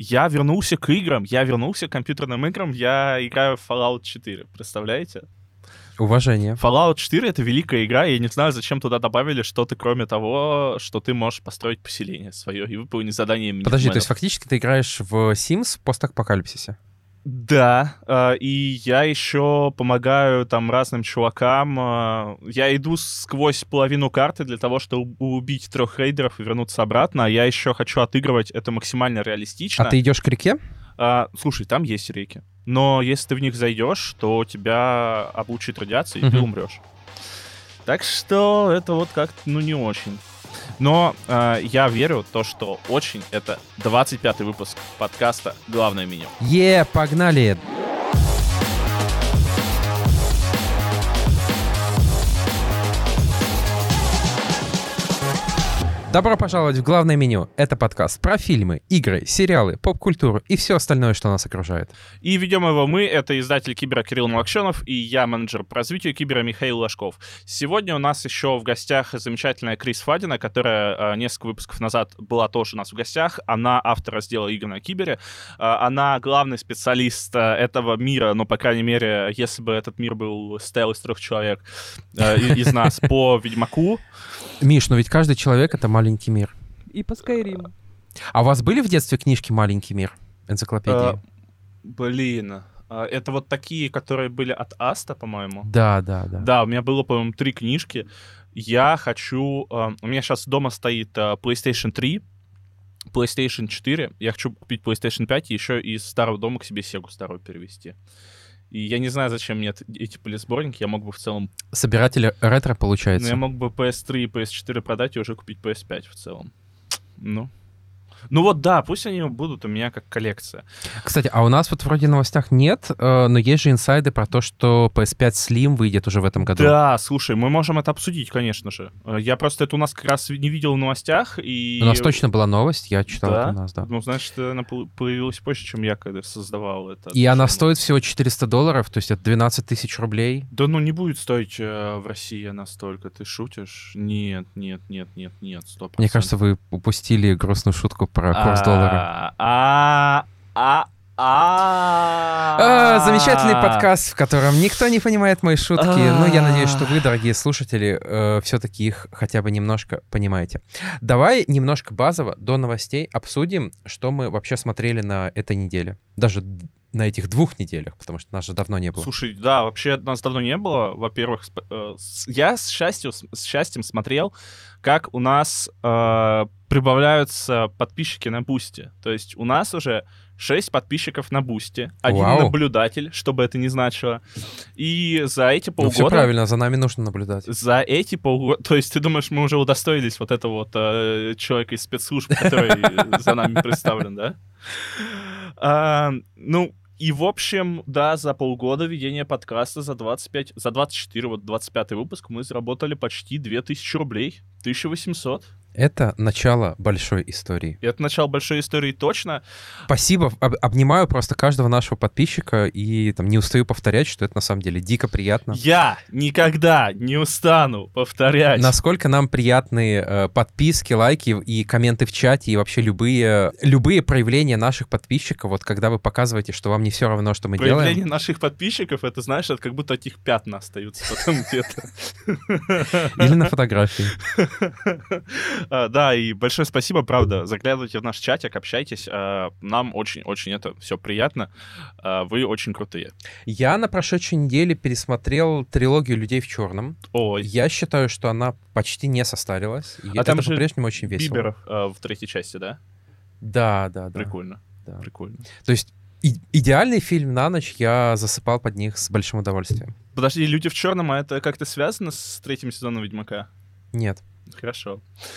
Я вернулся к играм, я вернулся к компьютерным играм, я играю в Fallout 4, представляете? Уважение. Fallout 4 — это великая игра, и я не знаю, зачем туда добавили что-то, кроме того, что ты можешь построить поселение свое и выполнить задание минитменов. Подожди, то есть фактически ты играешь в Sims в постапокалипсисе? Да, и я еще помогаю там разным чувакам. Я иду сквозь половину карты для того, чтобы убить 3 рейдеров и вернуться обратно. А я еще хочу отыгрывать это максимально реалистично. А ты идешь к реке? Слушай, там есть реки. Но если ты в них зайдешь, то тебя облучит радиация, и ты умрешь. Так что это вот как-то, не очень. Но я верю в то, что очень это 25-й выпуск подкаста «Главное меню». Погнали! Добро пожаловать в «Главное меню». Это подкаст про фильмы, игры, сериалы, поп-культуру и все остальное, что нас окружает. И ведем его мы, это издатель Кибера Кирилл Малакшенов, и я, менеджер по развитию Кибера Михаил Ложков. Сегодня у нас еще в гостях замечательная Крис Фадина, которая несколько выпусков назад была тоже у нас в гостях. Она автор раздела «Игры на Кибере». Она главный специалист этого мира, по крайней мере, если бы этот мир состоял из 3 человек из нас по Ведьмаку. Миш, но ведь каждый человек — это маленький мир. И по Скайриму. А у вас были в детстве книжки «Маленький мир», энциклопедии? Это вот такие, которые были от Аста, по-моему? Да. Да, у меня было, по-моему, 3 книжки. Я хочу... У меня сейчас дома стоит PlayStation 3, PlayStation 4. Я хочу купить PlayStation 5 и еще из старого дома к себе Сегу старую перевести. И я не знаю, зачем мне эти полисборники. Я мог бы в целом... Собиратель ретро, получается. Я мог бы PS3 и PS4 продать и уже купить PS5 в целом. Ну вот да, пусть они будут у меня как коллекция. Кстати, а у нас вот вроде в новостях нет, но есть же инсайды про то, что PS5 Slim выйдет уже в этом году. Да, слушай, мы можем это обсудить, конечно же. Я просто это у нас как раз не видел в новостях. И... У нас точно была новость, я читал это у нас, да. Ну, значит, она появилась позже, чем я, когда создавал это. И она стоит всего $400, то есть это 12 тысяч рублей. Да не будет стоить в России она столько, ты шутишь? Нет, 100%. Мне кажется, вы упустили грустную шутку про курс доллара. Замечательный подкаст, в котором никто не понимает мои шутки. Но я надеюсь, что вы, дорогие слушатели, все-таки их хотя бы немножко понимаете. Давай немножко базово до новостей обсудим, что мы вообще смотрели на этой неделе. Даже на этих 2 неделях, потому что нас же давно не было. Слушай, да, вообще нас давно не было. Во-первых, я с счастьем смотрел, как у нас прибавляются подписчики на Бусти. То есть у нас уже 6 подписчиков на Бусти, 1 наблюдатель, что бы это ни значило. И за эти полгода... Ну все правильно, за нами нужно наблюдать. За эти полгода... То есть ты думаешь, мы уже удостоились вот этого вот человека из спецслужб, который за нами представлен, да? И, в общем, да, за полгода ведения подкаста за 24, вот 25-й выпуск, мы заработали почти 2000 рублей, 1800. Это начало большой истории. Это начало большой истории точно. Спасибо. Обнимаю просто каждого нашего подписчика и там не устаю повторять, что это на самом деле дико приятно. Я никогда не устану повторять. Насколько нам приятны подписки, лайки и комменты в чате, и вообще любые проявления наших подписчиков, вот когда вы показываете, что вам не все равно, что мы делаем. Проявление наших подписчиков, это, знаешь, это как будто от них пятна остаются потом где-то. Или на фотографии. Да, и большое спасибо, правда. Заглядывайте в наш чатик, общайтесь. Нам очень-очень это все приятно. Вы очень крутые. Я на прошедшей неделе пересмотрел трилогию «Людей в черном». Ой. Я считаю, что она почти не состарилась. И это там же по-прежнему очень весело. Биберов в 3-й части, да? Да. Прикольно. Да. Прикольно. То есть идеальный фильм на ночь, я засыпал под них с большим удовольствием. Подожди, «Люди в черном», а это как-то связано с 3-м сезоном «Ведьмака»? Нет. Хорошо.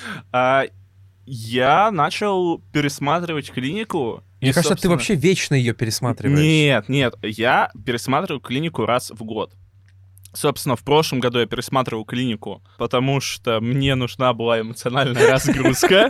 Я начал пересматривать «Клинику». Мне кажется, ты вообще вечно ее пересматриваешь. Нет, я пересматриваю «Клинику» раз в год. Собственно, в прошлом году я пересматривал «Клинику», потому что мне нужна была эмоциональная разгрузка.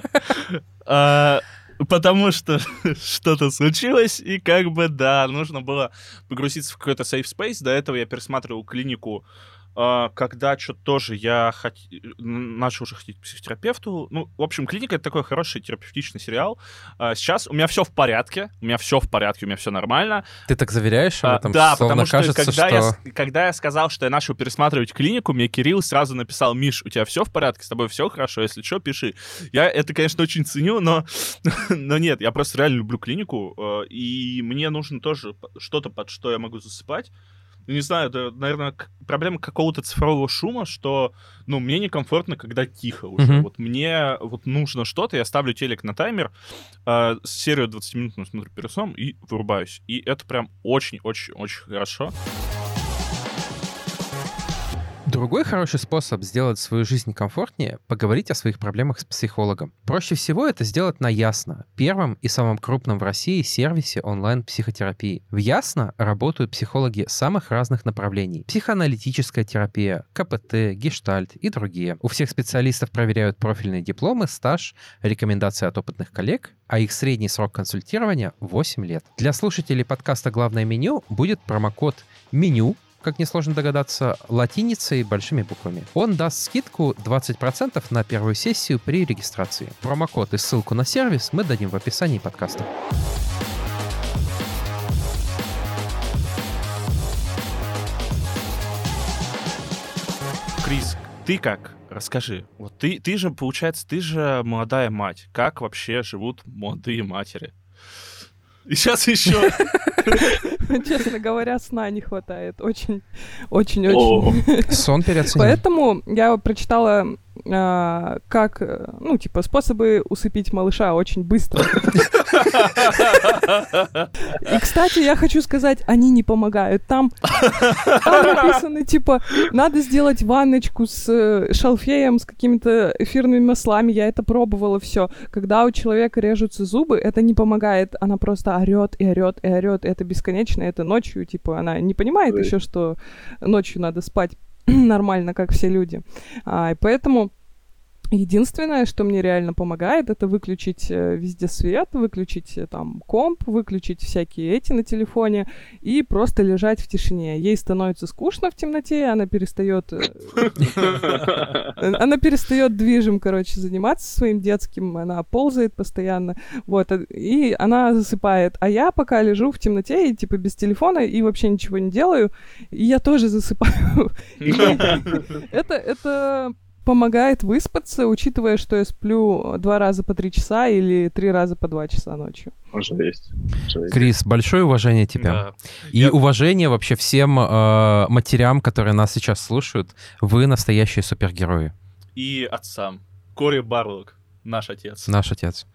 Потому что что-то случилось, и нужно было погрузиться в какой-то safe space. До этого я пересматривал «Клинику» когда что-то тоже я начал уже ходить к психотерапевту. Ну, в общем, «Клиника» — это такой хороший терапевтичный сериал. Сейчас у меня все в порядке, у меня все нормально. Ты так заверяешь об этом? Да, словно потому что, кажется, когда я сказал, что я начал пересматривать «Клинику», мне Кирилл сразу написал: «Миш, у тебя все в порядке, с тобой все хорошо, если что, пиши». Я это, конечно, очень ценю, но нет, я просто реально люблю «Клинику», и мне нужно тоже что-то, под что я могу засыпать. Не знаю, это, наверное, проблема какого-то цифрового шума, что, ну, мне некомфортно, когда тихо уже. Вот мне вот нужно что-то, я ставлю телек на таймер, серию 20-минутную смотрю перед сном и вырубаюсь. И это прям очень-очень-очень хорошо. Другой хороший способ сделать свою жизнь комфортнее — поговорить о своих проблемах с психологом. Проще всего это сделать на Ясно, первом и самом крупном в России сервисе онлайн-психотерапии. В Ясно работают психологи самых разных направлений. Психоаналитическая терапия, КПТ, гештальт и другие. У всех специалистов проверяют профильные дипломы, стаж, рекомендации от опытных коллег, а их средний срок консультирования — 8 лет. Для слушателей подкаста «Главное меню» будет промокод «МЕНЮ», как несложно догадаться, латиницей и большими буквами. Он даст скидку 20% на первую сессию при регистрации. Промокод и ссылку на сервис мы дадим в описании подкаста. Крис, ты как? Расскажи. Вот ты же, получается, ты же молодая мать. Как вообще живут молодые матери? И сейчас еще... Честно говоря, сна не хватает. Очень. Сон переоценен. Поэтому я прочитала, как, ну, типа, способы усыпить малыша очень быстро. И, кстати, я хочу сказать, они не помогают. Там написано, типа, надо сделать ванночку с шалфеем, с какими-то эфирными маслами. Я это пробовала все. Когда у человека режутся зубы, это не помогает. Она просто орет и орет и орет. Это бесконечно, это ночью, типа, она не понимает еще, что ночью надо спать нормально, как все люди. И поэтому единственное, что мне реально помогает, это выключить везде свет, выключить там комп, выключить всякие эти на телефоне и просто лежать в тишине. Ей становится скучно в темноте, она перестает движем, короче, заниматься своим детским, она ползает постоянно, вот, и она засыпает. А я пока лежу в темноте и типа без телефона и вообще ничего не делаю, и я тоже засыпаю. Это помогает выспаться, учитывая, что я сплю 2 раза по 3 часа или 3 раза по 2 часа ночью. Есть. Крис, большое уважение тебе. Да. И уважение вообще всем матерям, которые нас сейчас слушают. Вы настоящие супергерои. И отцам. Кори Барлок, наш отец. Наш отец.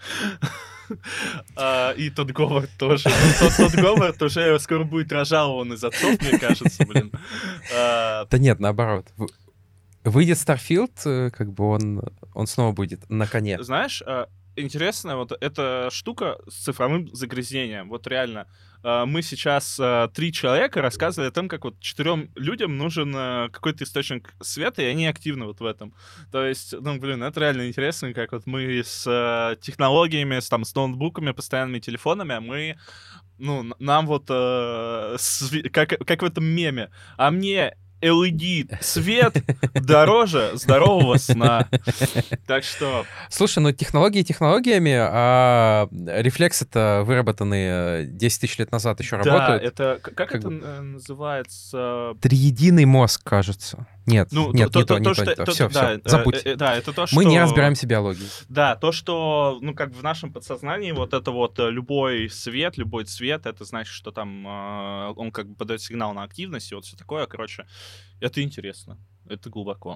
И тот Говард тоже. Тот Говард уже скоро будет разжалован из отцов, мне кажется, блин. Да нет, наоборот. Выйдет Starfield, как бы он снова будет на коне. Знаешь, интересная вот эта штука с цифровым загрязнением. Вот реально, мы сейчас 3 человека рассказывали о том, как вот 4 людям нужен какой-то источник света, и они активны вот в этом. То есть, ну, блин, это реально интересно, как вот мы с технологиями, с ноутбуками, постоянными телефонами, мы, ну, нам вот как в этом меме. А мне LED свет дороже здорового сна. Так что... Слушай, ну технологии технологиями, а рефлексы-то выработанные 10 тысяч лет назад еще работают. Да, это... Как это называется? Триединый мозг, кажется. Нет, ну, не то. Все, забудь. Да, это то, что... Мы не разбираемся в биологии. Да, то, что, ну, как в нашем подсознании вот это вот любой свет, любой цвет, это значит, что там он как бы подает сигнал на активность и вот все такое, короче. Это интересно, это глубоко.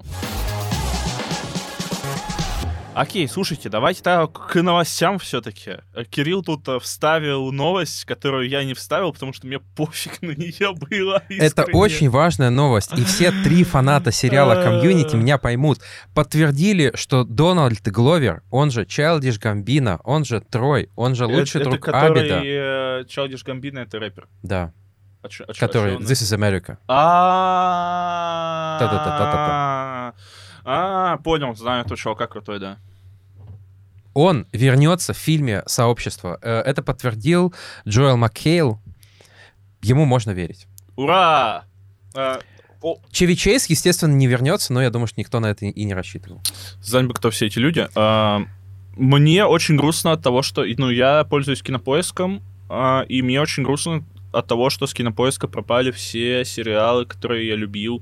Окей, слушайте, давайте к новостям все-таки. Кирилл тут вставил новость, которую я не вставил, потому что мне пофиг на нее было. Искренне. Это очень важная новость, и все 3 фаната сериала «Комьюнити» меня поймут. Подтвердили, что Дональд Гловер, он же Чайлдиш Гамбино, он же Трой, он же лучший друг Абида. Чайлдиш Гамбино — это рэпер. Да. Который This is America. Понял, знаю этого чувака крутой, да. Он вернется в фильме «Сообщество». Это подтвердил Джоэл Макхейл. Ему можно верить. Ура! Чеви Чейз, естественно, не вернется, но я думаю, что никто на это и не рассчитывал. Знать бы, кто все эти люди. Мне очень грустно от того, что... Ну, я пользуюсь Кинопоиском, и мне очень грустно от того, что с Кинопоиска пропали все сериалы, которые я любил.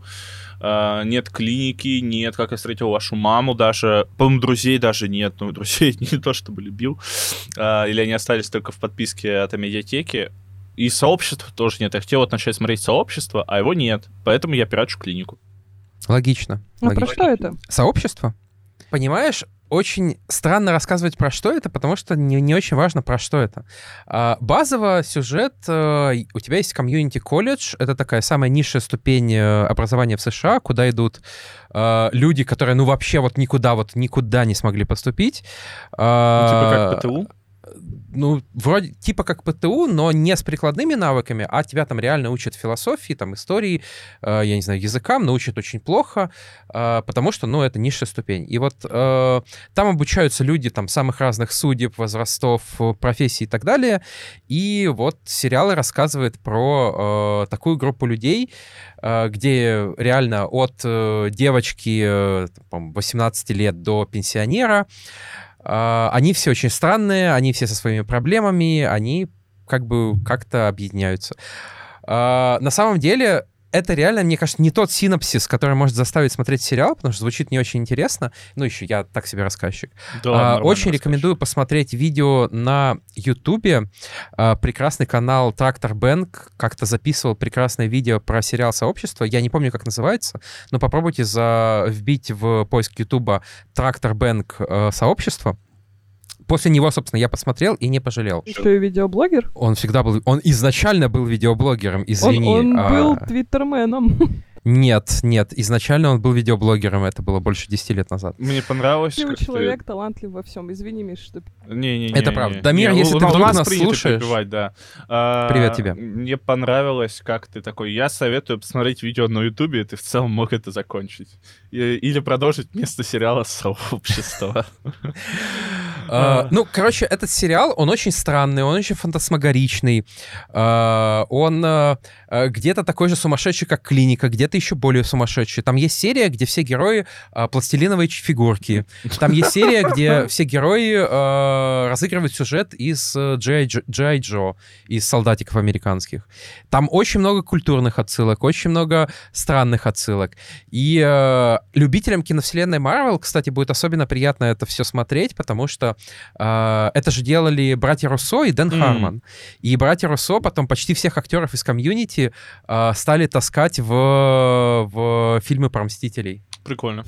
Нет «Клиники», нет «Как я встретил вашу маму», даже, по-моему, «Друзей» даже нет. Ну, «Друзей» не то, чтобы любил. Или они остались только в подписке от медиатеки. И «Сообщества» тоже нет. Я хотел вот начать смотреть «Сообщество», а его нет. Поэтому я пирачу «Клинику». Логично. А про что это? Сообщество? Понимаешь, очень странно рассказывать про что это, потому что не очень важно, про что это. Базово сюжет, у тебя есть комьюнити-колледж, это такая самая низшая ступень образования в США, куда идут люди, которые, ну, вообще вот никуда не смогли поступить. Типа как ПТУ? Ну, вроде типа как ПТУ, но не с прикладными навыками, а тебя там реально учат философии, там, истории, я не знаю, языкам, но учат очень плохо, потому что, ну, это низшая ступень. И вот там обучаются люди там самых разных судеб, возрастов, профессий и так далее. И вот сериал рассказывает про такую группу людей, где реально от девочки 18 лет до пенсионера. Они все очень странные, они все со своими проблемами, они как бы как-то объединяются. На самом деле, это реально, мне кажется, не тот синопсис, который может заставить смотреть сериал, потому что звучит не очень интересно. Ну, еще я так себе рассказчик. Да, очень рекомендую посмотреть видео на Ютубе. Прекрасный канал Трактор Бэнк как-то записывал прекрасное видео про сериал «Сообщество». Я не помню, как называется, но попробуйте вбить в поиск Ютуба Трактор Бэнк «Сообщество». После него, собственно, я посмотрел и не пожалел. Еще и видеоблогер? Он изначально был видеоблогером, извини. Он был твиттерменом. Нет, изначально он был видеоблогером, это было больше 10 лет назад. Мне понравилось, как человек талантлив во всем, извини, Миш, что... Не. Это правда. Дамир, если ты вдруг нас слушаешь... Да. Привет тебе. Мне понравилось, как ты такой, я советую посмотреть видео на Ютубе, и ты в целом мог это закончить. Или продолжить вместо сериала «Сообщество». Ну, короче, этот сериал, он очень странный, он очень фантасмагоричный. Он где-то такой же сумасшедший, как «Клиника», где-то еще более сумасшедший. Там есть серия, где все герои пластилиновые фигурки. Там есть серия, где все герои разыгрывают сюжет из G.I. Joe, из солдатиков американских. Там очень много культурных отсылок, очень много странных отсылок. И любителям киновселенной Marvel, кстати, будет особенно приятно это все смотреть, потому что это же делали братья Руссо и Дэн Хармон. И братья Руссо потом почти всех актеров из комьюнити стали таскать в фильмы про Мстителей. Прикольно.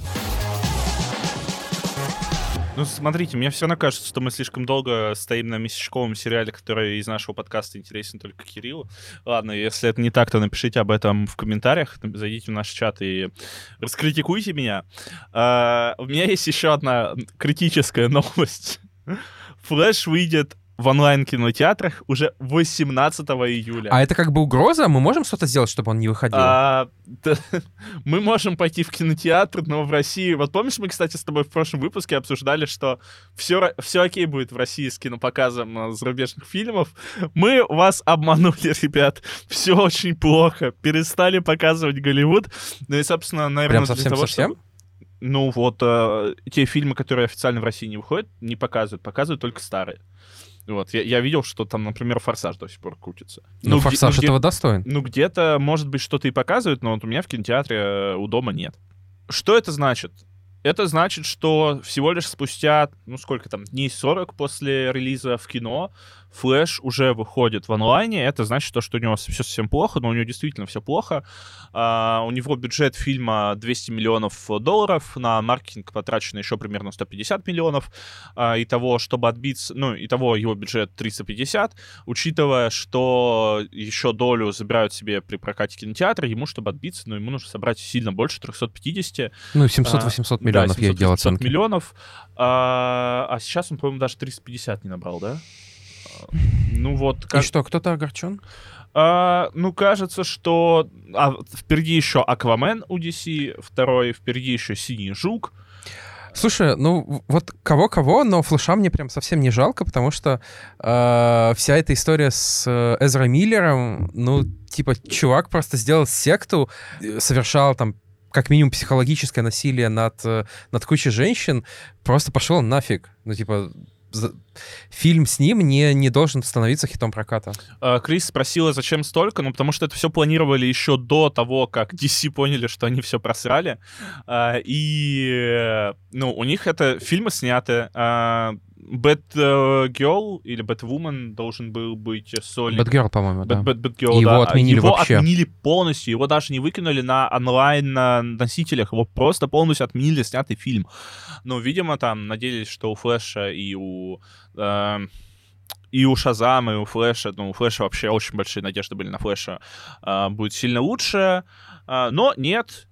Ну, смотрите, мне все равно кажется, что мы слишком долго стоим на местечковом сериале, который из нашего подкаста интересен только Кириллу. Ладно, если это не так, то напишите об этом в комментариях, зайдите в наш чат и раскритикуйте меня. У меня есть еще одна критическая новость. Флэш выйдет в онлайн-кинотеатрах уже 18 июля. А это как бы угроза? Мы можем что-то сделать, чтобы он не выходил? Мы можем пойти в кинотеатр, но в России... Вот помнишь, мы, кстати, с тобой в прошлом выпуске обсуждали, что все окей будет в России с кинопоказом зарубежных фильмов. Мы вас обманули, ребят. Все очень плохо. Перестали показывать Голливуд. Ну и, собственно, наверное, прям совсем? Ну вот, те фильмы, которые официально в России не выходят, не показывают только старые. Вот, я видел, что там, например, «Форсаж» до сих пор крутится. Ну, «Форсаж» этого достоин. Ну, где-то, может быть, что-то и показывают, но вот у меня в кинотеатре у дома нет. Что это значит? Это значит, что всего лишь спустя, ну, сколько там, дней 40 после релиза в кино «Флэш» уже выходит в онлайне. Это значит, что у него все совсем плохо, но у него действительно все плохо. У него бюджет фильма $200 миллионов, на маркетинг потрачено еще примерно 150 миллионов. Итого, чтобы отбиться, итого его бюджет 350. Учитывая, что еще долю забирают себе при прокате кинотеатра, ему, чтобы отбиться, ему нужно собрать сильно больше, 350. Ну, 700-800 миллионов, я делал оценки. Миллионов. А сейчас он, по-моему, даже 350 не набрал, да? Ну вот. И что, кто-то огорчен? Кажется, что впереди еще «Аквамен» у DC, второй, впереди еще «Синий жук». Слушай, ну вот кого-кого, но Флэша мне прям совсем не жалко, потому что вся эта история с Эзрой Миллером, ну, типа, чувак просто сделал секту, совершал там как минимум психологическое насилие над кучей женщин, просто пошел нафиг. Ну, типа, фильм с ним не должен становиться хитом проката. Крис спросила, зачем столько, ну, потому что это все планировали еще до того, как DC поняли, что они все просрали. И, ну, у них это фильмы сняты. Бэтгерл или Бэтвумен должен был быть сольник. Бэтгерл, по-моему, да. Бэтгерл, его да. отменили его вообще. Отменили полностью. Его даже не выкинули на онлайн-носителях. Его просто полностью отменили снятый фильм. Ну, видимо, там надеялись, что у Флэша и у Шазама, и у Флэша, ну, у Флэша вообще очень большие надежды были на Флэша, будет сильно лучше. Но нет.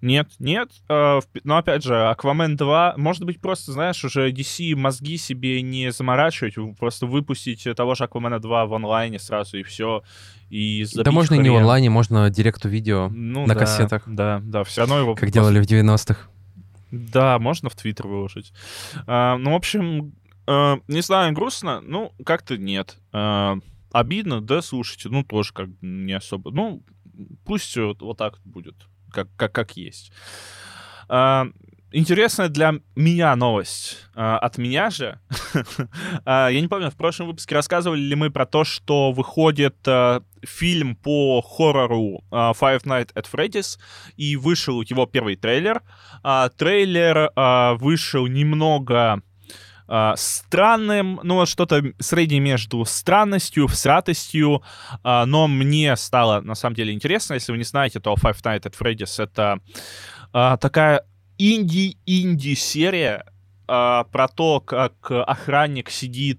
Но, опять же, Аквамен 2, может быть, просто, знаешь, уже DC мозги себе не заморачивать, просто выпустить того же Аквамена 2 в онлайне сразу, и все. И да можно и не в онлайне, можно директу-видео на кассетах. Да, все равно его... Как делали в 90-х. Да, можно в Твиттер выложить. Ну, в общем... не знаю, грустно, ну, как-то нет. Обидно, да, слушайте, ну, тоже как бы не особо. Ну, пусть вот так будет, как есть. Интересная для меня новость от меня же. Я не помню, в прошлом выпуске рассказывали ли мы про то, что выходит фильм по хоррору Five Nights at Freddy's, и вышел его первый трейлер. Трейлер вышел немного... странным, ну, что-то среднее между странностью, всратостью, но мне стало, на самом деле, интересно. Если вы не знаете, то Five Nights at Freddy's — это такая инди-серия про то, как охранник сидит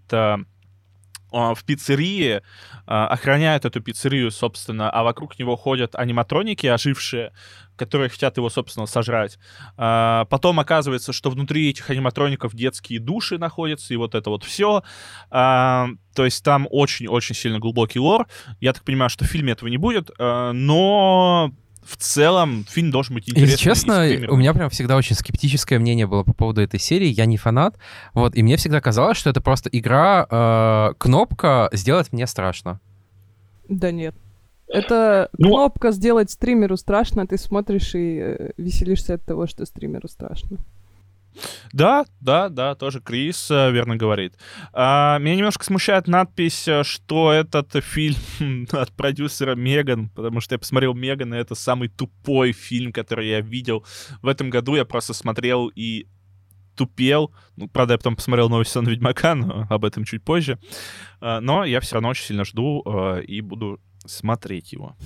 в пиццерии, охраняет эту пиццерию, собственно, а вокруг него ходят аниматроники ожившие, которые хотят его, собственно, сожрать. Потом оказывается, что внутри этих аниматроников детские души находятся, и вот это вот все. То есть там очень-очень сильно глубокий лор. Я так понимаю, что в фильме этого не будет, но... В целом, фильм должен быть интересный. Если честно, у меня прям всегда очень скептическое мнение было по поводу этой серии. Я не фанат. Вот, и мне всегда казалось, что это просто игра, кнопка «Сделать мне страшно». Да нет. Это кнопка «Сделать стримеру страшно», ты смотришь и веселишься от того, что стримеру страшно. Да, тоже Крис верно говорит. Меня немножко смущает надпись, что этот фильм от продюсера Меган, потому что я посмотрел Меган, и это самый тупой фильм, который я видел в этом году. Я просто смотрел и тупел. Ну, правда, я потом посмотрел новый сезон Ведьмака, но об этом чуть позже. Но я все равно очень сильно жду и буду смотреть его.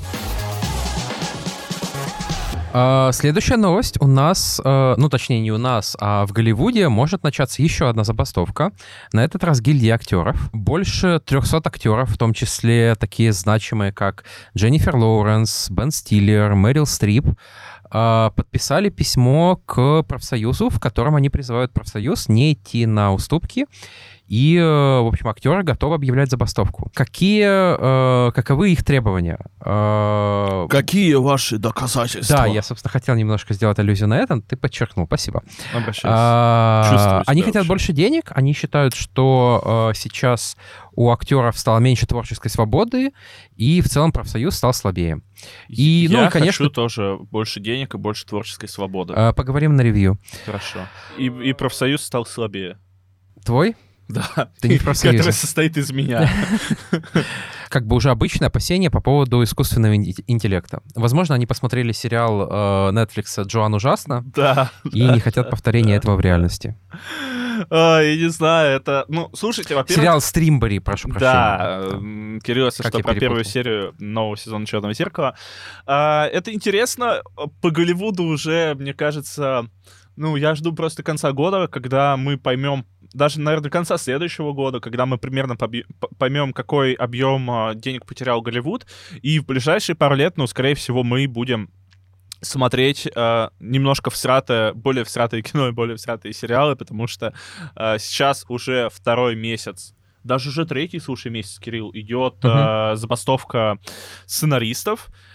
Следующая новость у нас, ну точнее не у нас, а в Голливуде может начаться еще одна забастовка. На этот раз гильдия актеров. Больше 300 актеров, в том числе такие значимые, как Дженнифер Лоуренс, Бен Стиллер, Мэрил Стрип, подписали письмо к профсоюзу, в котором они призывают профсоюз не идти на уступки. И, в общем, актеры готовы объявлять забастовку. Каковы их требования? Какие ваши доказательства? Да, я, собственно, хотел немножко сделать аллюзию на это, ты подчеркнул, спасибо. Обращаюсь. Они хотят больше денег, они считают, что сейчас у актеров стало меньше творческой свободы, и в целом профсоюз стал слабее. И, я конечно, хочу тоже больше денег и больше творческой свободы. Поговорим на ревью. Хорошо. И профсоюз стал слабее. Твой? Да, ты не в профсоюзе. Который состоит из меня. Как бы уже обычное опасение по поводу искусственного интеллекта. Возможно, они посмотрели сериал Netflix «Джоан ужасно» и не хотят повторения этого в реальности. Я не знаю, это... Ну, слушайте, во-первых... Сериал «Стримбери», прошу прощения. Да, Кирилл, если что, про первую серию нового сезона «Черного зеркала». Это интересно. По Голливуду уже, мне кажется... Ну, я жду просто конца года, когда мы поймем, даже, наверное, до конца следующего года, когда мы примерно поймем, какой объем денег потерял Голливуд, и в ближайшие пару лет, ну, скорее всего, мы будем смотреть немножко более всратое кино и более всратые сериалы, потому что сейчас уже второй месяц, даже уже третий, слушай, месяц, Кирилл, идет забастовка сценаристов.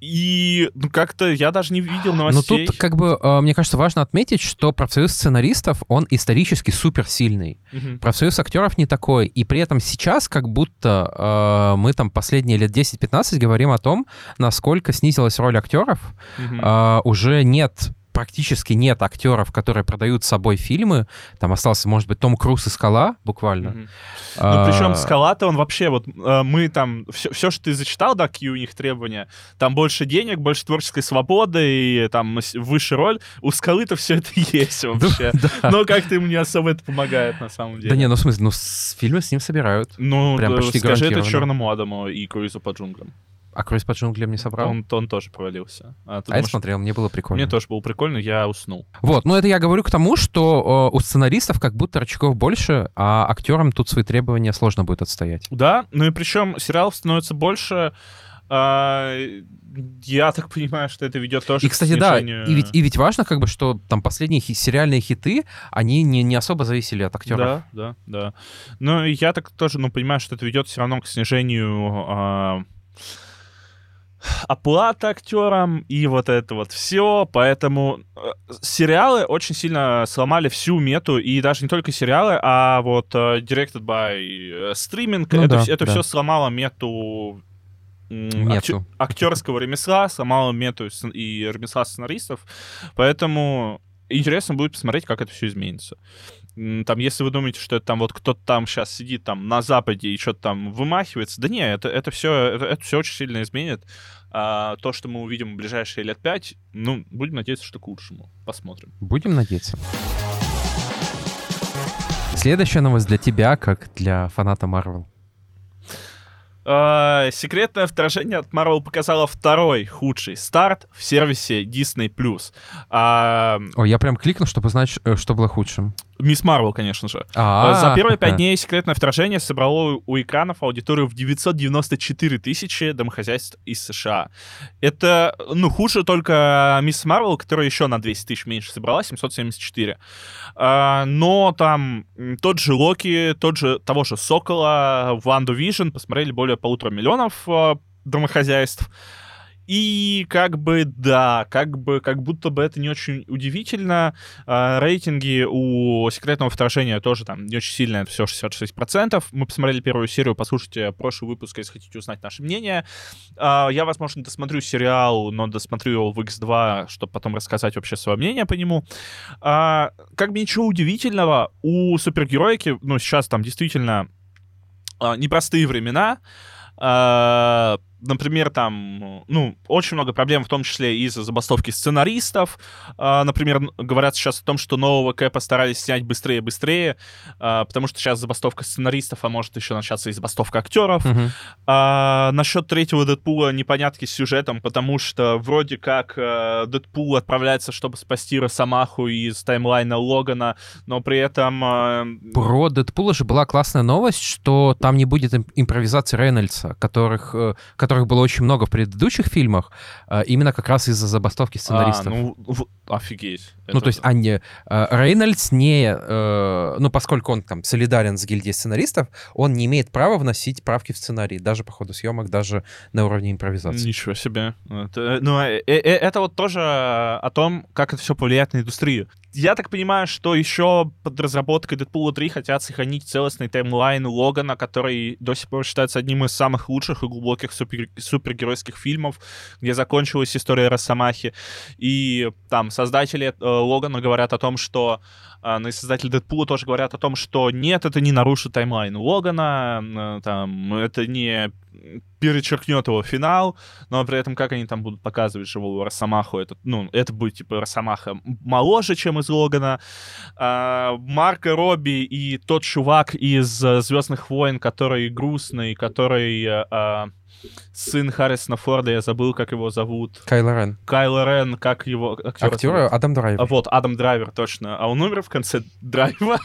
И как-то я даже не видел новостей. Но тут, как бы, мне кажется, важно отметить, что профсоюз сценаристов, он исторически суперсильный. Профсоюз актеров не такой. И при этом сейчас как будто мы там последние лет 10-15 говорим о том, насколько снизилась роль актеров. Уже практически нет актеров, которые продают с собой фильмы. Там остался, может быть, Том Круз и «Скала», буквально. Ну, причем «Скала»-то он вообще, вот мы там, все, что ты зачитал, да, какие у них требования, там больше денег, больше творческой свободы и там выше роль. У «Скалы»-то все это есть вообще. Но как-то ему не особо это помогает, на самом деле. Да не, ну в смысле, фильмы с ним собирают. Ну, прям почти скажи это гарантированно. «Черному Адаму» и «Круизу по джунглям». А «Круиз по джунглям» не собрал? Он тоже провалился. Я смотрел, мне было прикольно. Мне тоже было прикольно, я уснул. Вот, ну это я говорю к тому, что у сценаристов как будто рычагов больше, а актерам тут свои требования сложно будет отстоять. Да, ну и причем сериалов становится больше. Я так понимаю, что это ведет тоже и, кстати, к снижению... да, и ведь важно, как бы, что там последние сериальные хиты, они не особо зависели от актеров. Да. Ну, и я так тоже, понимаю, что это ведет все равно к снижению оплаты актерам и вот это вот все, поэтому сериалы очень сильно сломали всю мету, и даже не только сериалы, а вот directed by streaming, это все сломало мету актерского ремесла, сломало мету и ремесла сценаристов, поэтому интересно будет посмотреть, как это все изменится. Там, если вы думаете, что это там вот кто-то там сейчас сидит там на Западе и что-то там вымахивается, да не, это все очень сильно изменит. То, что мы увидим в ближайшие лет 5, будем надеяться, что к лучшему. Посмотрим. Будем надеяться. Следующая новость для тебя, как для фаната Marvel. Секретное вторжение от Marvel показало второй худший старт в сервисе Disney+. Я прям кликнул, чтобы узнать, что было худшим. Мисс Марвел, конечно же. За первые 5 дней секретное вторжение собрало у экранов аудиторию в 994 тысячи домохозяйств из США. Это, хуже только Мисс Марвел, которая еще на 200 тысяч меньше собрала, 774. Но там тот же Локи, того же Сокола, Ванду Вижн посмотрели более 1,5 миллиона домохозяйств. И как будто бы это не очень удивительно. Рейтинги у секретного вторжения тоже там не очень сильные, это все 66%. Мы посмотрели первую серию, послушайте прошлый выпуск, если хотите узнать наше мнение. Я, возможно, досмотрю сериал, но досмотрю его в X2, чтобы потом рассказать вообще свое мнение по нему. Как бы ничего удивительного, у супергероики, сейчас там действительно непростые времена. Например, там, очень много проблем, в том числе из-за забастовки сценаристов. Например, говорят сейчас о том, что нового Кэпа старались снять быстрее, потому что сейчас забастовка сценаристов, а может еще начаться и забастовка актеров. Насчет третьего Дэдпула непонятки с сюжетом, потому что вроде как Дэдпул отправляется, чтобы спасти Росомаху из таймлайна Логана, но при этом... Про Дэдпула же была классная новость, что там не будет импровизации Рейнольдса, которых было очень много в предыдущих фильмах, именно как раз из-за забастовки сценаристов. Офигеть. То есть Рейнольдс поскольку он там солидарен с гильдией сценаристов, он не имеет права вносить правки в сценарий, даже по ходу съемок, даже на уровне импровизации. Ничего себе. Это вот тоже о том, как это все повлияет на индустрию. Я так понимаю, что еще под разработкой Дэдпула 3 хотят сохранить целостный таймлайн Логана, который до сих пор считается одним из самых лучших и глубоких супергеройских фильмов, где закончилась история Росомахи. И там создатели Логана говорят о том, что... и создатели Дэдпула тоже говорят о том, что нет, это не нарушит таймлайн Логана, это не перечеркнет его финал, но при этом как они там будут показывать живого Росомаху, это будет типа Росомаха моложе, чем из Логана. Марго Робби и тот чувак из «Звездных войн», который грустный, который... сын Харрисона Форда, я забыл, как его зовут. Кайло Рен, как его... Актер Адам Драйвер. Вот, Адам Драйвер, точно. А он умер в конце драйва.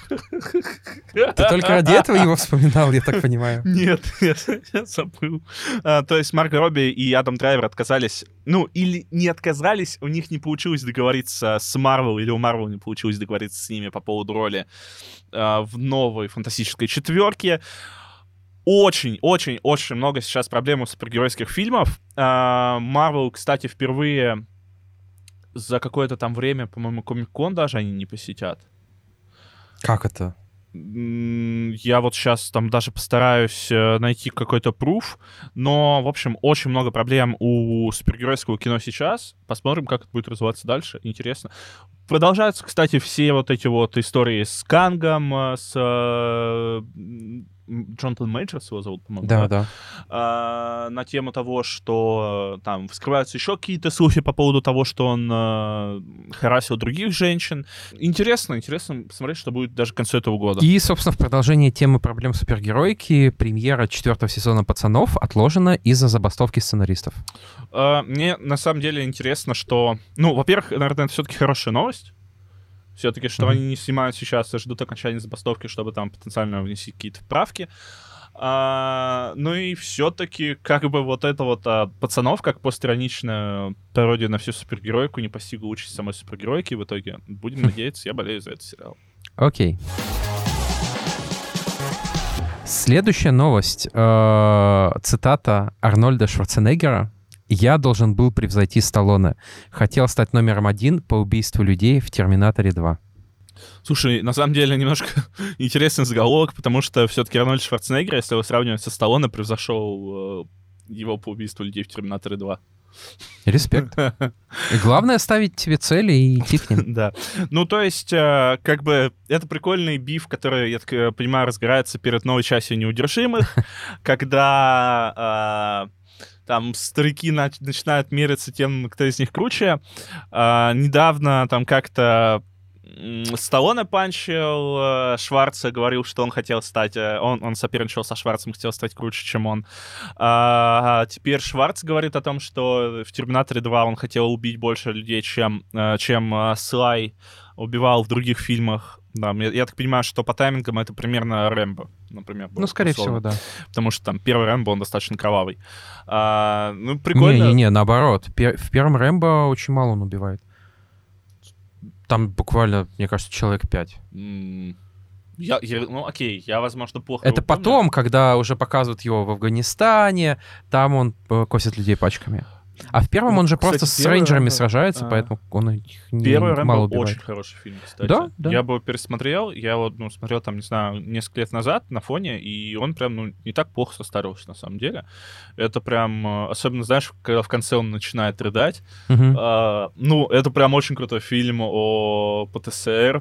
Ты только ради этого его вспоминал, я так понимаю. Нет, я забыл. То есть Марго Робби и Адам Драйвер отказались, или не отказались, у них не получилось договориться с Марвел, или у Марвел не получилось договориться с ними по поводу роли в новой фантастической четверке. очень много сейчас проблем у супергеройских фильмов. Marvel, кстати, впервые за какое-то там время, по-моему, Комик-кон даже они не посетят. Как это? Я вот сейчас там даже постараюсь найти какой-то пруф, но, в общем, очень много проблем у супергеройского кино сейчас. Посмотрим, как это будет развиваться дальше. Интересно. Продолжаются, кстати, все вот эти вот истории с Кангом, с Джонатан Мейджерс его зовут, по-моему. Да. На тему того, что там вскрываются еще какие-то слухи по поводу того, что он харасил других женщин. Интересно посмотреть, что будет даже к концу этого года. И, собственно, в продолжении темы проблем супергеройки премьера 4-го сезона «Пацанов» отложена из-за забастовки сценаристов. Мне на самом деле интересно, что... Ну, во-первых, наверное, это все-таки хорошая новость. Все-таки, что они не снимают сейчас, а ждут окончания забастовки, чтобы там потенциально внести какие-то вправки. Ну и все-таки, как бы вот это вот «Пацанов», как постироничная пародия на всю супергеройку, не постигла участь самой супергеройки в итоге. Будем надеяться, я болею за этот сериал. Окей. Следующая новость. Цитата Арнольда Шварценеггера. «Я должен был превзойти Сталлоне. Хотел стать номером 1 по убийству людей в «Терминаторе 2». Слушай, на самом деле немножко интересный заголовок, потому что все-таки Арнольд Шварценеггер, если его сравнивать со Сталлоне, превзошел его по убийству людей в «Терминаторе 2». Респект. И главное ставить себе цели и идти к ним. Да. Ну, то есть, как бы, это прикольный биф, который, я так понимаю, разгорается перед новой частью «Неудержимых», когда... там старики начинают мериться тем, кто из них круче. Недавно там как-то Сталлоне панчил Шварца, говорил, что он хотел стать... Он соперничал со Шварцем, хотел стать круче, чем он. Теперь Шварц говорит о том, что в «Терминаторе 2» он хотел убить больше людей, чем Слай убивал в других фильмах. Да, я так понимаю, что по таймингам это примерно Рэмбо, например. Ну, скорее всего, да. Потому что там первый Рэмбо, он достаточно кровавый. Ну, прикольно. Не, наоборот. В первом Рэмбо очень мало он убивает. Там буквально, мне кажется, человек 5. Ну, окей, я, возможно, плохо это потом, когда уже показывают его в Афганистане, там он косит людей пачками. А в первом он же просто с рейнджерами сражается, поэтому он их первый мало Рэмбо убивает. очень хороший фильм, кстати. Да. Я бы его пересмотрел, я вот смотрел там, не знаю, несколько лет назад на фоне, и он прям, не так плохо состарился, на самом деле. Это прям, особенно, знаешь, когда в конце он начинает рыдать, это прям очень крутой фильм о ПТСР,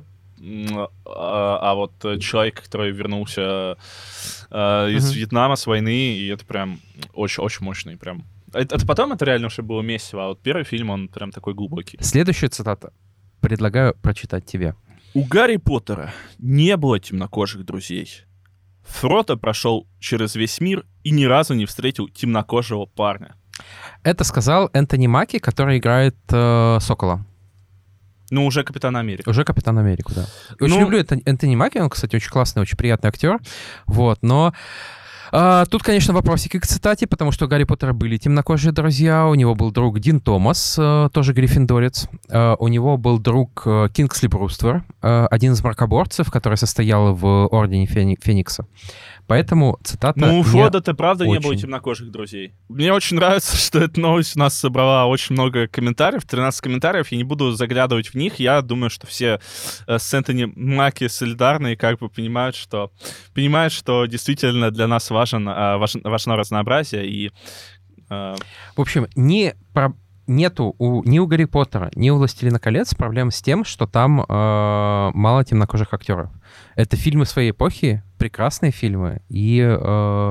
а вот человек, который вернулся из Вьетнама с войны, и это прям очень-очень мощный, прям. Это потом это реально уже было месиво, а вот первый фильм, он прям такой глубокий. Следующая цитата. Предлагаю прочитать тебе. У Гарри Поттера не было темнокожих друзей. Фродо прошел через весь мир и ни разу не встретил темнокожего парня. Это сказал Энтони Маки, который играет Сокола. Ну, уже Капитан Америка. Уже Капитан Америку, да. Очень люблю Энтони Маки, он, кстати, очень классный, очень приятный актер. Вот, но... Тут, конечно, вопросики к цитате, потому что у Гарри Поттера были темнокожие друзья. У него был друг Дин Томас, тоже гриффиндорец. У него был друг Кингсли Бруствер, один из мракоборцев, который состоял в Ордене Феникса. Поэтому цитата... Ну, у Фродо-то правда не было темнокожих друзей. Мне очень нравится, что эта новость у нас собрала очень много комментариев, 13 комментариев. Я не буду заглядывать в них. Я думаю, что все с Энтони Маки солидарны и как бы понимают, что действительно для нас важно разнообразие. И, В общем, нету ни у Гарри Поттера, ни у «Властелина колец» проблем с тем, что там мало темнокожих актеров. Это фильмы своей эпохи, прекрасные фильмы, и я,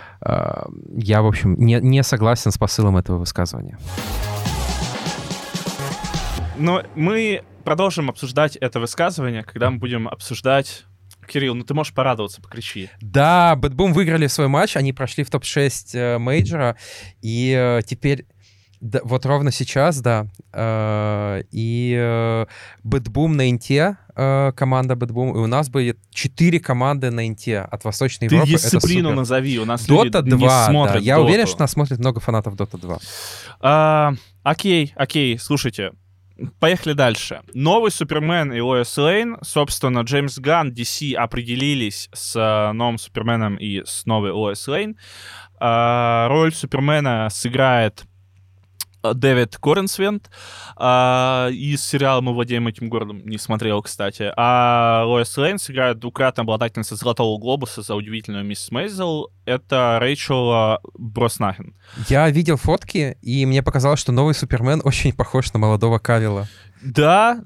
в общем, не согласен с посылом этого высказывания. Но мы продолжим обсуждать это высказывание, когда мы будем обсуждать... Кирилл, ну ты можешь порадоваться, покричи. Да, Бэтбум выиграли свой матч, они прошли в топ-6 мейджора, и теперь... Да, вот ровно сейчас, да. И Бэтбум на Инте, команда Бэтбум, и у нас будет 4 команды на Инте от Восточной Европы. Ты дисциплину назови, у нас Doта люди 2, не смотрят да. Я Доту. уверен, что нас смотрит много фанатов Dota 2. Окей, слушайте. Поехали дальше. Новый Супермен и Лоис Лейн. Собственно, Джеймс Ганн, DC определились с новым Суперменом и с новой Лоис Лейн. Роль Супермена сыграет Дэвид Коренсвент. Из сериала «Мы владеем этим городом» не смотрел, кстати. А Лоис Лейн сыграет двукратная обладательница Золотого глобуса за удивительную мисс Мейзел. Это Рэйчел Броснахен. Я видел фотки, и мне показалось, что новый Супермен очень похож на молодого Кавилла. Да,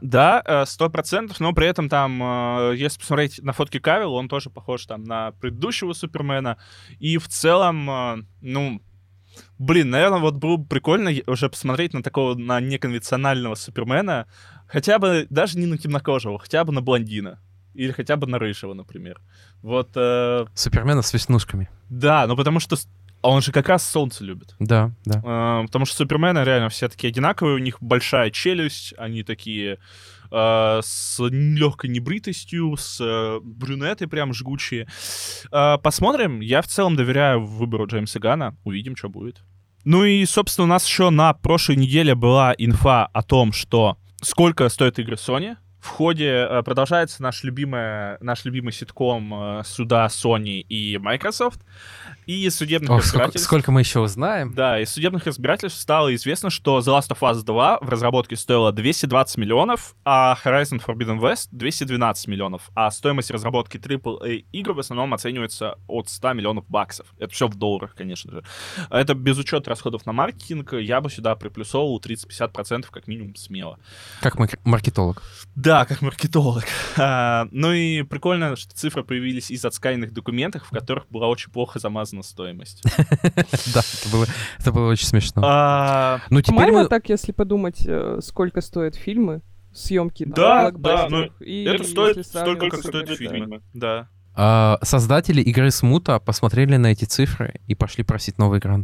100%, но при этом там, если посмотреть на фотки Кавилла, он тоже похож там на предыдущего Супермена. И в целом, наверное, вот было бы прикольно уже посмотреть на такого, на неконвенционального Супермена, хотя бы даже не на темнокожего, хотя бы на блондина. Или хотя бы на рыжего, например. Вот. Супермена с веснушками. Да, потому что он же как раз солнце любит. Да. Потому что Супермены реально все такие одинаковые, у них большая челюсть, они такие с легкой небритостью, с брюнеты прям жгучие. Посмотрим. Я в целом доверяю выбору Джеймса Ганна. Увидим, что будет. Ну и, собственно, у нас еще на прошлой неделе была инфа о том, что сколько стоят игры Sony. В ходе продолжается наш любимый ситком суда Sony и Microsoft. И из судебных разбирательств... Сколько мы еще узнаем? Да, из судебных разбирательств стало известно, что The Last of Us 2 в разработке стоила 220 миллионов, а Horizon Forbidden West 212 миллионов. А стоимость разработки AAA игр в основном оценивается от 100 миллионов баксов. Это все в долларах, конечно же. Это без учета расходов на маркетинг. Я бы сюда приплюсовывал 30-50% как минимум смело. Как маркетолог. Да, как маркетолог. Ну и прикольно, что цифры появились из отсканенных документов, в которых была очень плохо замазана стоимость. Да, это было очень смешно. Ну, теперь мы так, если подумать, сколько стоят фильмы, съемки. Да, это стоит столько, как стоят фильмы. Да. Создатели игры Смута посмотрели на эти цифры и пошли просить новый грант.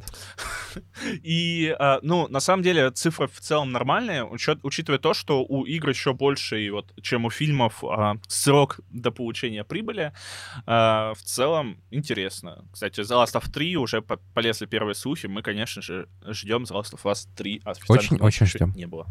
И, на самом деле, цифры в целом нормальные, учитывая то, что у игр еще больше, чем у фильмов, срок до получения прибыли. В целом интересно. Кстати, The Last of Us 3 уже полезли первые слухи. Мы, конечно же, ждем The Last of Us 3. Очень ждем. Не было.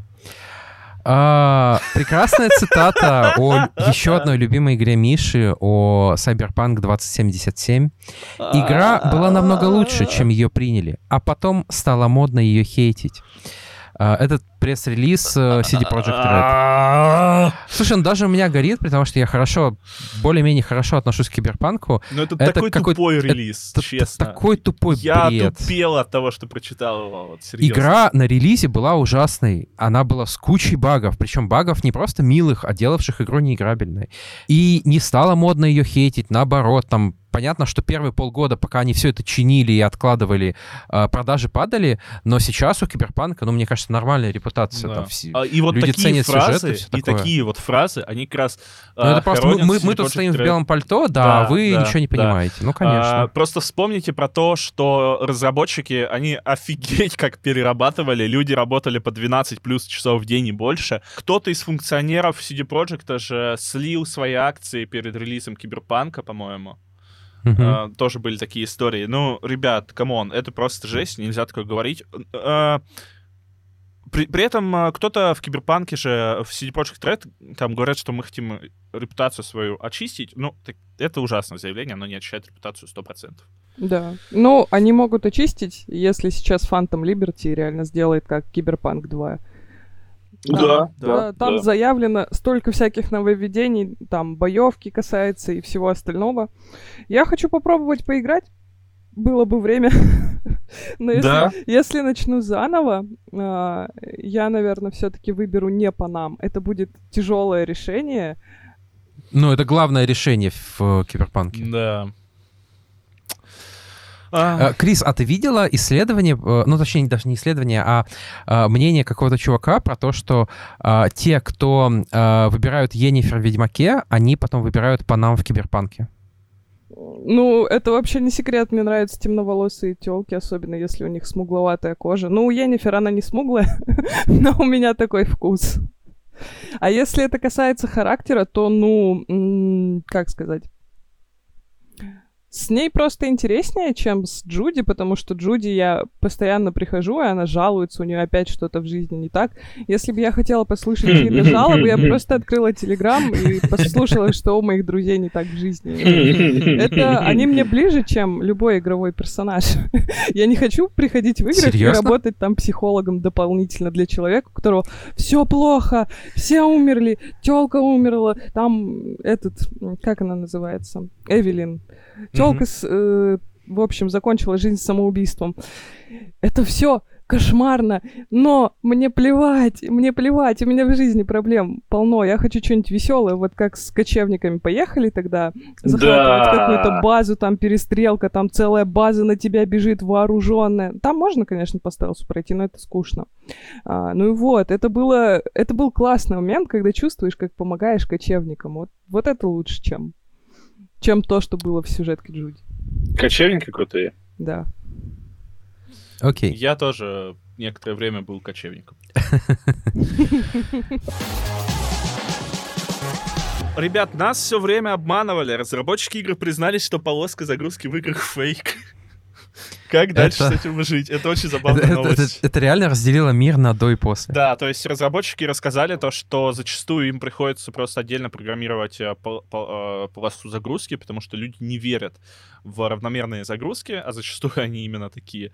Прекрасная цитата о еще одной любимой игре Миши, о Cyberpunk 2077. Игра была намного лучше, чем ее приняли, а потом стало модно ее хейтить. Этот пресс-релиз CD Projekt Red. Слушай, он даже у меня горит, потому что я более-менее хорошо отношусь к Киберпанку. Но это такой тупой релиз, честно. Такой тупой бред. Я тупел от того, что прочитал его, вот, серьезно. Игра на релизе была ужасной. Она была с кучей багов. Причем багов не просто милых, а делавших игру неиграбельной. И не стало модно ее хейтить, наоборот, там понятно, что первые полгода, пока они все это чинили и откладывали, продажи падали, но сейчас у Киберпанка, мне кажется, нормальная репутация. Да. Там и вот люди такие ценят фразы, сюжет, и такие вот фразы, они как раз это просто мы тут стоим в белом пальто, а вы ничего не понимаете. Ну, конечно. Просто вспомните про то, что разработчики, они офигеть как перерабатывали, люди работали по 12 плюс часов в день и больше. Кто-то из функционеров CD Projekt же слил свои акции перед релизом Киберпанка, по-моему. Тоже были такие истории. Ну, ребят, камон, это просто жесть, нельзя такое говорить. При этом кто-то в Киберпанке же, в CD Projekt Red, там говорят, что мы хотим репутацию свою очистить. Ну, это ужасное заявление, оно не очищает репутацию 100%. Да. Они могут очистить, если сейчас Phantom Liberty реально сделает как Киберпанк 2. Там заявлено столько всяких нововведений, там боевки касается и всего остального. Я хочу попробовать поиграть. Было бы время. Но если начну заново, я, наверное, все-таки выберу не по нам. Это будет тяжелое решение. Это главное решение в Киберпанке. Да. Крис, а ты видела исследование, точнее, даже не исследование, а мнение какого-то чувака про то, что те, кто выбирают Йеннифер в Ведьмаке, они потом выбирают Панам в Киберпанке? Это вообще не секрет. Мне нравятся темноволосые тёлки, особенно если у них смугловатая кожа. У Йеннифер она не смуглая, но у меня такой вкус. А если это касается характера, то, как сказать... С ней просто интереснее, чем с Джуди, потому что Джуди я постоянно прихожу, и она жалуется, у нее опять что-то в жизни не так. Если бы я хотела послушать чьи-то жалобы, я бы просто открыла Телеграм и послушала, что у моих друзей не так в жизни. Они мне ближе, чем любой игровой персонаж. Я не хочу приходить в игры и работать там психологом дополнительно для человека, у которого все плохо, все умерли, тёлка умерла, там как она называется? Эвелин. Тёлка, в общем, закончила жизнь самоубийством. Это все кошмарно, но мне плевать, у меня в жизни проблем полно. Я хочу что-нибудь веселое, вот как с кочевниками поехали тогда, захватывать какую-то базу, там перестрелка, там целая база на тебя бежит вооруженная. Там можно, конечно, по стелсу пройти, но это скучно. Ну и вот, это был классный момент, когда чувствуешь, как помогаешь кочевникам. Вот это лучше, чем то, что было в сюжетке Джуди. Кочевники крутые. Да. Окей. Я тоже некоторое время был кочевником. Ребят, нас все время обманывали. Разработчики игр признались, что полоска загрузки в играх фейк. Как дальше с этим жить? Это очень забавная новость. Это реально разделило мир на до и после. Да, то есть разработчики рассказали то, что зачастую им приходится просто отдельно программировать полосу загрузки, потому что люди не верят в равномерные загрузки, а зачастую они именно такие.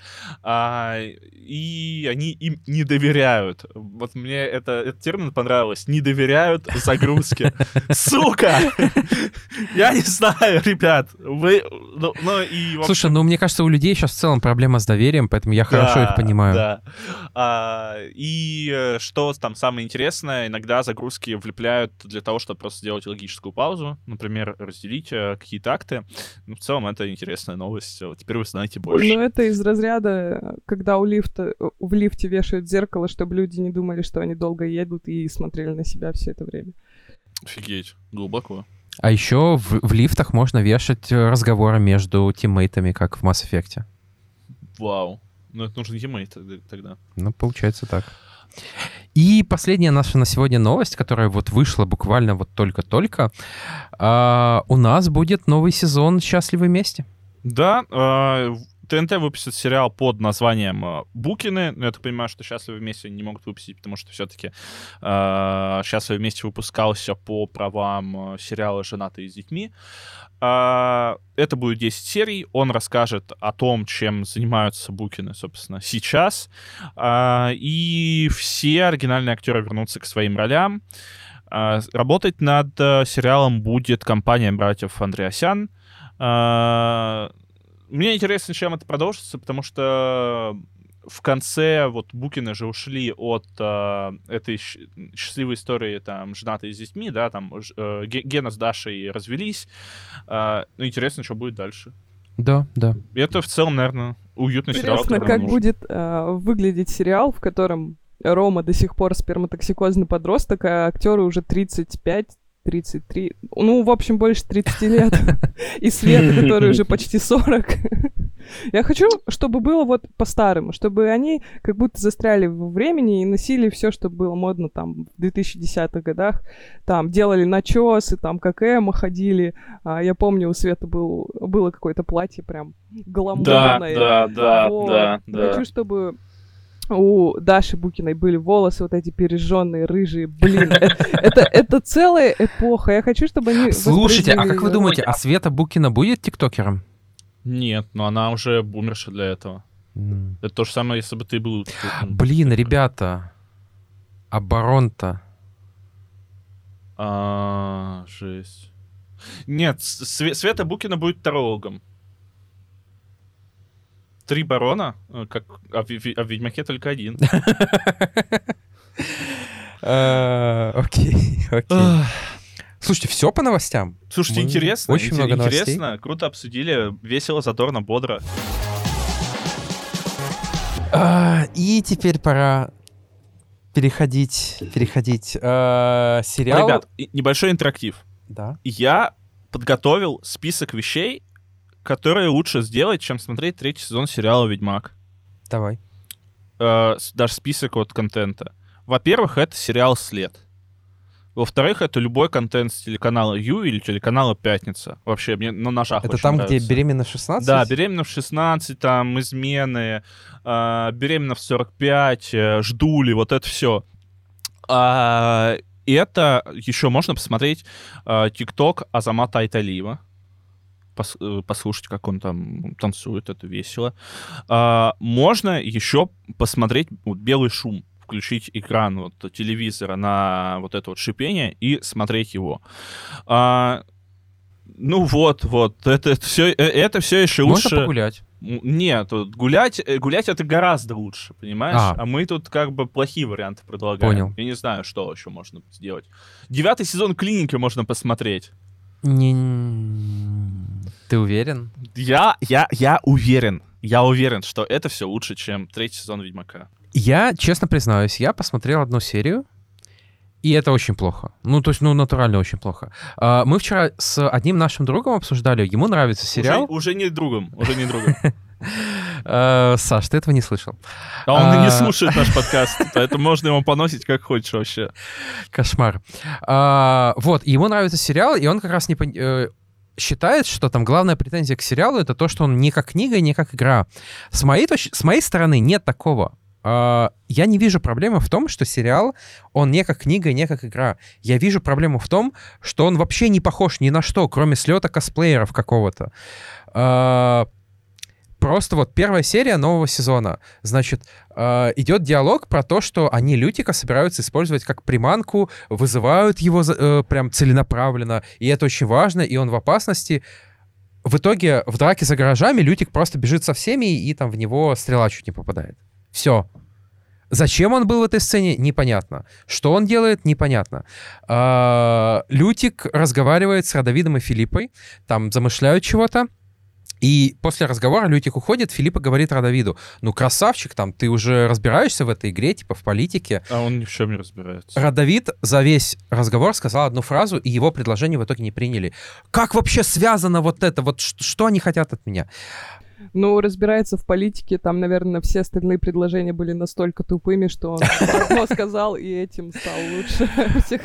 И они им не доверяют. Вот мне этот термин понравилось. Не доверяют загрузке. Сука! Я не знаю, ребят. Слушай, мне кажется, у людей сейчас в целом проблема с доверием, поэтому я хорошо их понимаю. Да. И что там самое интересное, иногда загрузки влепляют для того, чтобы просто сделать логическую паузу, например, разделить какие-то акты. Ну, в целом, это интересная новость. Вот теперь вы знаете больше. Ну, это из разряда, когда в лифте вешают зеркало, чтобы люди не думали, что они долго едут и смотрели на себя все это время. Офигеть, глубоко. А еще в лифтах можно вешать разговоры между тиммейтами, как в Mass Effect. Вау. Ну, это нужен тиммейт тогда. Ну, получается так. И последняя наша на сегодня новость, которая вот вышла буквально вот только-только. У нас будет новый сезон «Счастливы вместе». Да, ТНТ выпустит сериал под названием «Букины». Я так понимаю, что «Счастливы вместе» не могут выпустить, потому что все-таки «Счастливы вместе» выпускался по правам сериала «Женатые с детьми». Это будет 10 серий. Он расскажет о том, чем занимаются Букины, собственно, сейчас. И все оригинальные актеры вернутся к своим ролям. Работать над сериалом будет компания братьев Андреасян. Мне интересно, чем это продолжится, потому что в конце вот Букины же ушли от этой счастливой истории, там, женатые с детьми, да, там Гена с Дашей развелись. Ну, интересно, что будет дальше. Да. Это в целом, наверное, уютный сериал. Интересно, как будет выглядеть сериал, в котором Рома до сих пор сперматоксикозный подросток, а актеры уже 35, 33, ну, в общем, больше 30 лет. И Света, которая уже почти 40. Я хочу, чтобы было вот по-старому, чтобы они как будто застряли во времени и носили все, что было модно там в 2010-х годах. Там делали начесы, там как эмо ходили. Я помню, у Светы было какое-то платье прям гламурное. Да. Хочу, чтобы у Даши Букиной были волосы вот эти пережженные, рыжие. Блин, это целая эпоха. Я хочу, чтобы они... Слушайте, а как вы думаете, а Света Букина будет тиктокером? Нет, но она уже бумерша для этого. Это то же самое, если бы ты был... Блин, ребята, а Барон-то? Жесть. Нет, Света Букина будет тарологом. 3 барона, а в Ведьмаке только 1. Окей. Слушайте, все по новостям? Слушайте, интересно. Очень много новостей. Интересно, круто обсудили, весело, задорно, бодро. И теперь пора переходить. Сериал... Ребят, небольшой интерактив. Да. Я подготовил список вещей, которые лучше сделать, чем смотреть 3-й сезон сериала «Ведьмак». Давай. Даже список от контента. Во-первых, это сериал «След». Во-вторых, это любой контент с телеканала Ю или телеканала Пятница. Вообще, мне на ножах Это очень там, нравится. где «Беременна в 16»? Да, «Беременна в 16», там «Измены», «Беременна в 45», «Ждули», вот это все. И это еще можно посмотреть ТикТок Азамата Айталиева. Послушать, как он там танцует, это весело. Можно еще посмотреть «Белый шум», включить экран вот телевизора на вот это вот шипение и смотреть его. Ну вот, это все еще лучше. Можно погулять. Нет, гулять это гораздо лучше, понимаешь? А мы тут как бы плохие варианты предлагаем. Понял. Я не знаю, что еще можно сделать. 9-й сезон «Клиники» можно посмотреть. Ты уверен? Я уверен. Я уверен, что это все лучше, чем 3-й сезон «Ведьмака». Я, честно признаюсь, я посмотрел одну серию, и это очень плохо. Ну, то есть, натурально очень плохо. Мы вчера с одним нашим другом обсуждали, ему нравится сериал. Уже не другом. Саш, ты этого не слышал. А он и не слушает наш подкаст, поэтому можно ему поносить как хочешь вообще. Кошмар. Вот, ему нравится сериал, и он как раз считает, что там главная претензия к сериалу — это то, что он не как книга, не как игра. С моей стороны нет такого. Я не вижу проблемы в том, что сериал, он не как книга, не как игра. Я вижу проблему в том, что он вообще не похож ни на что, кроме слета косплееров какого-то. Просто вот первая серия нового сезона. Значит, идет диалог про то, что они Лютика собираются использовать как приманку, вызывают его прям целенаправленно, и это очень важно, и он в опасности. В итоге в драке за гаражами Лютик просто бежит со всеми, и там в него стрела чуть не попадает. Все. Зачем он был в этой сцене, непонятно. Что он делает, непонятно. Лютик разговаривает с Радовидом и Филиппой, там замышляют чего-то, и после разговора Лютик уходит, Филиппа говорит Радовиду: ну, красавчик, там, ты уже разбираешься в этой игре, типа, в политике. А он ни в чем не разбирается. Радовид за весь разговор сказал одну фразу, и его предложение в итоге не приняли. Как вообще связано вот это? Вот что они хотят от меня? Ну, разбирается в политике, там, наверное, все остальные предложения были настолько тупыми, что он одно сказал, и этим стал лучше всех.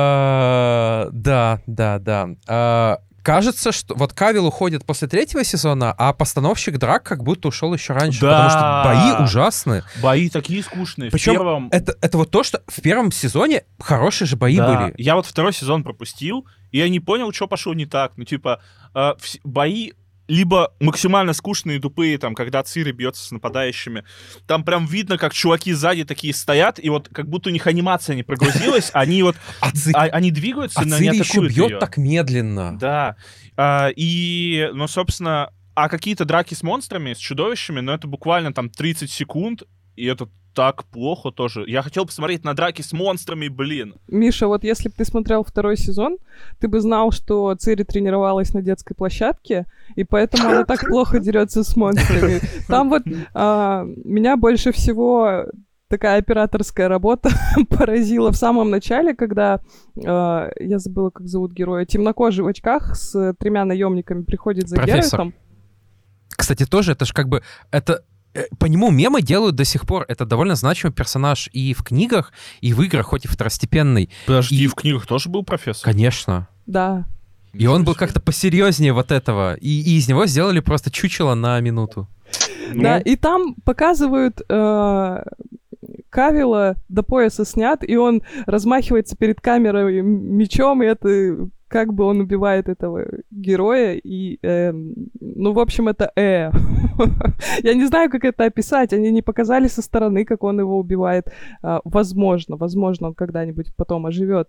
Да. Кажется, что вот Кавилл уходит после 3-го сезона, а постановщик драк как будто ушел еще раньше, потому что бои ужасны. Бои такие скучные. Причем это вот то, что в первом сезоне хорошие же бои были. Я вот 2-й сезон пропустил, и я не понял, что пошло не так. Ну, типа, бои либо максимально скучные и тупые, там, когда Цири бьется с нападающими. Там прям видно, как чуваки сзади такие стоят, и вот как будто у них анимация не прогрузилась, они вот... Они двигаются, но не атакуют Цири еще бьет ее. так медленно. Да. Ну, собственно, какие-то драки с монстрами, с чудовищами, но это буквально там 30 секунд, и это так плохо тоже. Я хотел посмотреть на драки с монстрами, блин. Миша, вот если бы ты смотрел 2-й сезон, ты бы знал, что Цири тренировалась на детской площадке, и поэтому она так плохо дерется с монстрами. Там вот меня больше всего такая операторская работа поразила в самом начале, когда, я забыла, как зовут героя, темнокожий в очках с 3 наемниками приходит за Геральтом. Кстати, тоже это же как бы... По нему мемы делают до сих пор. Это довольно значимый персонаж и в книгах, и в играх, хоть и второстепенный. Подожди, и в книгах тоже был профессор? Конечно. Да. И он был как-то посерьезнее вот этого. И из него сделали просто чучело на минуту. Да, и там показывают... Кавилла до пояса снят, и он размахивается перед камерой мечом, и это как бы он убивает этого героя, и, ну, в общем, это Я не знаю, как это описать, они не показали со стороны, как он его убивает. Возможно, он когда-нибудь потом оживет.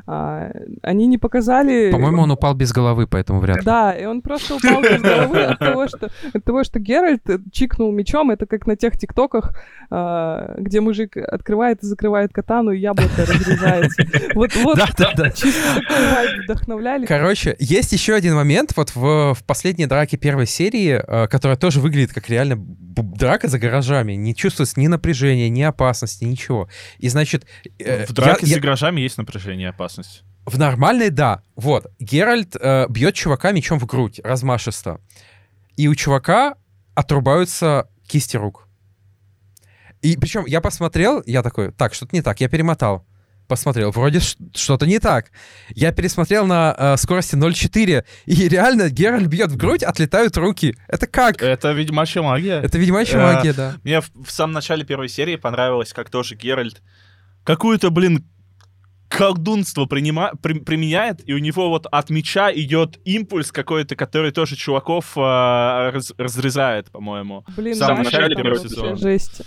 Они не показали... По-моему, он упал без головы, поэтому вряд ли. Да, и он просто упал без головы от того, что Геральт чикнул мечом, это как на тех тиктоках, где мужик открывает и закрывает катану, и яблоко разрезается. Вот чисто такой вайб вдохновляли. Короче, есть еще один момент вот в последней драке первой серии, которая тоже выглядит как реально драка за гаражами. Не чувствуется ни напряжения, ни опасности, ничего. И, значит... В драке за гаражами есть напряжение и опасность. В нормальной, да. Вот. Геральт бьет чувака мечом в грудь, размашисто. И у чувака отрубаются кисти рук. И причем я посмотрел, я такой, так, что-то не так, я перемотал. посмотрел, вроде что-то не так. Я пересмотрел на скорости 0.4, и реально Геральт бьет в грудь, отлетают руки. Это как? Это ведьмачья магия. Это ведьмачья магия, да. Мне в самом начале первой серии понравилось, как тоже Геральт какую-то, колдунство применяет, и у него вот от меча идет импульс какой-то, который тоже чуваков разрезает, по-моему. Блин, в самом да, начале там первого вообще сезона. жесть.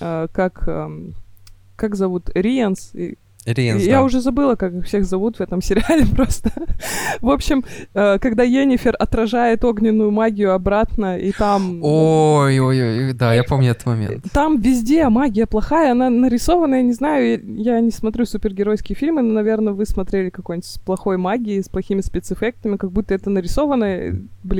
Как зовут? Риенс? Риенс, Я да. уже забыла, как их всех зовут в этом сериале просто. В общем, когда Йеннифер отражает огненную магию обратно, и там... Ой, да, я помню этот момент. Там везде магия плохая, она нарисована, я не знаю, я не смотрю супергеройские фильмы, но, наверное, вы смотрели какой-нибудь с плохой магией, с плохими спецэффектами, как будто это нарисовано,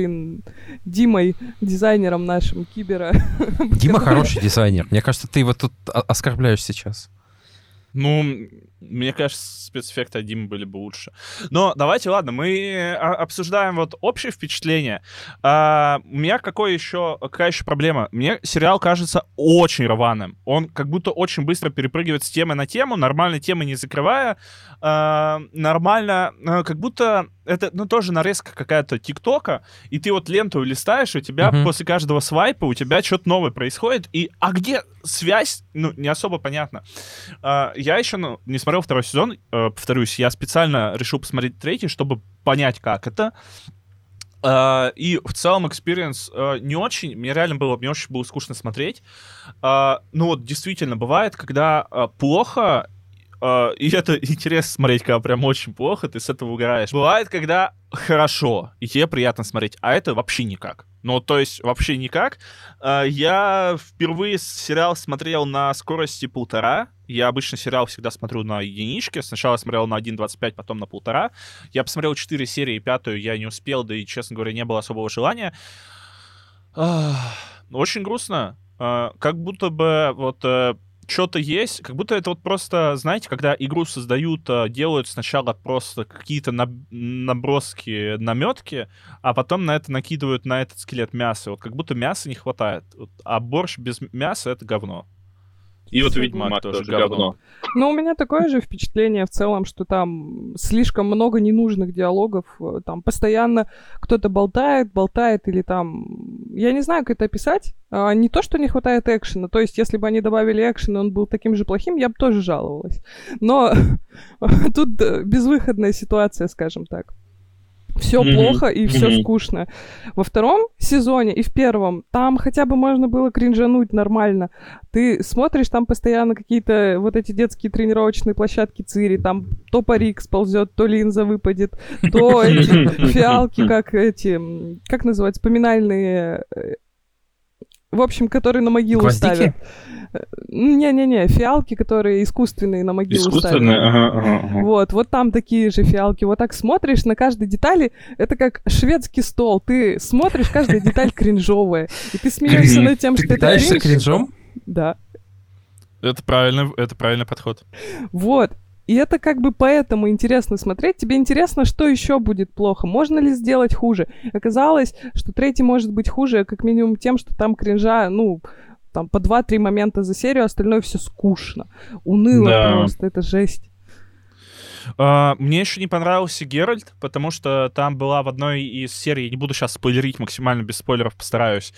Димой, дизайнером нашим Кибера. Дима хороший дизайнер. Мне кажется, ты его тут оскорбляешь сейчас. Ну, мне кажется, спецэффекты от Димы были бы лучше. Но давайте, ладно, мы обсуждаем вот общее впечатление. У меня какая еще проблема? Мне сериал кажется очень рваным. Он как будто очень быстро перепрыгивает с темы на тему, нормальной темы не закрывая. Нормально, как будто это, тоже нарезка какая-то ТикТока, и ты вот ленту листаешь, и у тебя после каждого свайпа у тебя что-то новое происходит, а где связь, не особо понятно. Я еще, не смотрел второй сезон, повторюсь, я специально решил посмотреть третий, чтобы понять, как это. И в целом экспириенс не очень, мне очень было скучно смотреть. Действительно, бывает, когда плохо, и это интересно смотреть, когда прям очень плохо, ты с этого угораешь. Бывает, когда хорошо, и тебе приятно смотреть, а это вообще никак. То есть вообще никак. Я впервые сериал смотрел на скорости 1.5. Я обычно сериал всегда смотрю на единичке. Сначала смотрел на 1.25, потом на 1.5. Я посмотрел 4 серии, 5-ю я не успел, да и, честно говоря, не было особого желания. Очень грустно. Как будто бы что-то есть, как будто это вот просто, знаете, когда игру создают, делают сначала просто какие-то наброски, наметки, а потом на это накидывают на этот скелет мясо. Вот как будто мяса не хватает. А борщ без мяса — это говно. И вот Ведьмак тоже говно. У меня такое же впечатление в целом, что там слишком много ненужных диалогов, там постоянно кто-то болтает, или там... Я не знаю, как это описать. Не то, что не хватает экшена, то есть если бы они добавили экшен, и он был таким же плохим, я бы тоже жаловалась. Но тут безвыходная ситуация, скажем так. Все плохо и все скучно. Во втором сезоне и в первом там хотя бы можно было кринжануть нормально. Ты смотришь, там постоянно какие-то вот эти детские тренировочные площадки Цири, там то парик сползет, то линза выпадет, то эти фиалки, как называются, поминальные, в общем, которые на могилу ставят. Не-не-не, фиалки, которые искусственные на могилу ставят. Ага. Вот там такие же фиалки. Вот так смотришь на каждой детали, это как шведский стол. Ты смотришь, каждая деталь кринжовая. И ты смеешься над тем, что это Питаешься кринж. кринжом? Да. Это правильный подход. Вот. И это как бы поэтому интересно смотреть. Тебе интересно, что еще будет плохо. Можно ли сделать хуже? Оказалось, что третий может быть хуже, как минимум тем, что там кринжа, там по 2-3 момента за серию, остальное все скучно. Уныло просто, это жесть. Мне еще не понравился Геральт, потому что там была в одной из серий, не буду сейчас спойлерить, максимально без спойлеров постараюсь,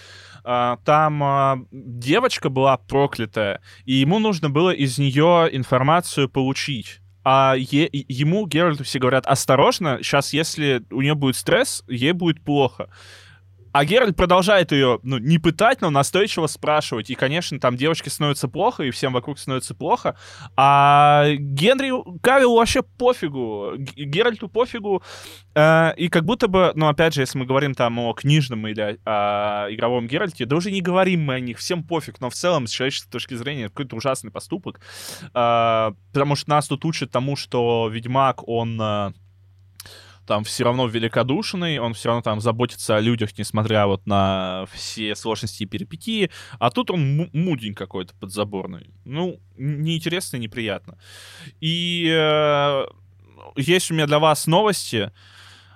там девочка была проклятая, и ему нужно было из нее информацию получить. А ему, Геральту, все говорят: осторожно, сейчас, если у нее будет стресс, ей будет плохо. А Геральт продолжает ее, не пытать, но настойчиво спрашивать. И, конечно, там девочке становится плохо, и всем вокруг становится плохо. А Генри Кавиллу вообще пофигу. Геральту пофигу. И как будто бы, опять же, если мы говорим там о книжном или о игровом Геральте, да уже не говорим мы о них, всем пофиг. Но в целом, с человеческой точки зрения, это какой-то ужасный поступок. Потому что нас тут учат тому, что Ведьмак, он... там все равно великодушный, он все равно там заботится о людях, несмотря вот на все сложности и перипетии, а тут он мудень какой-то подзаборный. Неинтересно и неприятно. И есть у меня для вас новости.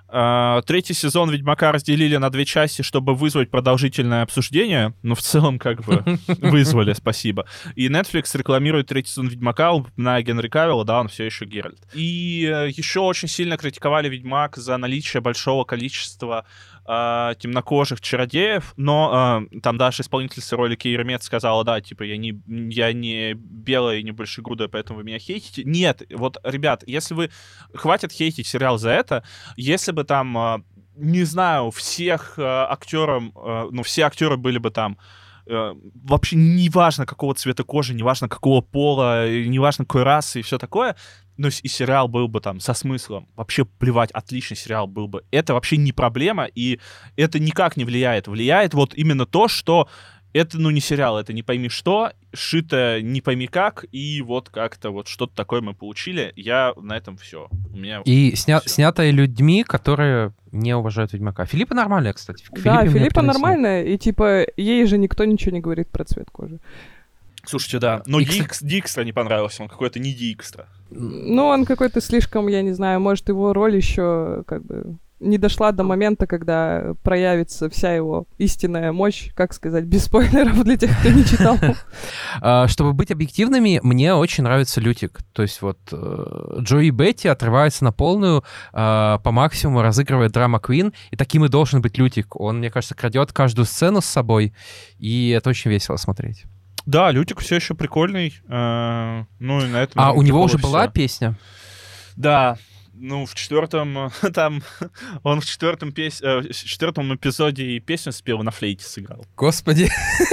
Третий сезон «Ведьмака» разделили на 2 части, чтобы вызвать продолжительное обсуждение. Ну, в целом, как бы, вызвали, спасибо. И Netflix рекламирует третий сезон «Ведьмака», упоминая Генри Кавилла, да, он все еще Геральт. И еще очень сильно критиковали «Ведьмак» за наличие большого количества темнокожих чародеев, но там даже исполнительница роли Кейра Мед сказала, да, типа, я не белая и не большегрудая, поэтому вы меня хейтите. Нет, вот, ребят, если вы... Хватит хейтить сериал за это, если бы там, не знаю, всех актерам, ну, все актеры были бы там вообще неважно какого цвета кожи, неважно какого пола, неважно какой расы и все такое, но и сериал был бы там со смыслом. Вообще плевать, отличный сериал был бы. Это вообще не проблема, и это никак не влияет. Влияет вот именно то, что это, ну, не сериал, это не пойми что, шито не пойми как, и вот как-то вот что-то такое мы получили. Я на этом все. У меня и всё. снятое людьми, которые не уважают Ведьмака. Филиппа нормальная, кстати. Да, Филиппа нормальная, и типа ей же никто ничего не говорит про цвет кожи. Слушайте, да, но Дикстра не понравился, он какой-то не Дикстра. Ну, он какой-то слишком, я не знаю, может, его роль еще как бы не дошла до момента, когда проявится вся его истинная мощь, как сказать, без спойлеров для тех, кто не читал. Чтобы быть объективными, мне очень нравится Лютик. То есть вот Джои Бетти отрывается на полную, по максимуму разыгрывает драма Квин, и таким и должен быть Лютик. Он, мне кажется, крадет каждую сцену с собой, и это очень весело смотреть. Да, Лютик все еще прикольный. Ну и на этом... А у него уже всё. была песня? Да. Ну, в 4-м, там, он в 4-м эпизоде и песню спел, на флейте сыграл. Господи.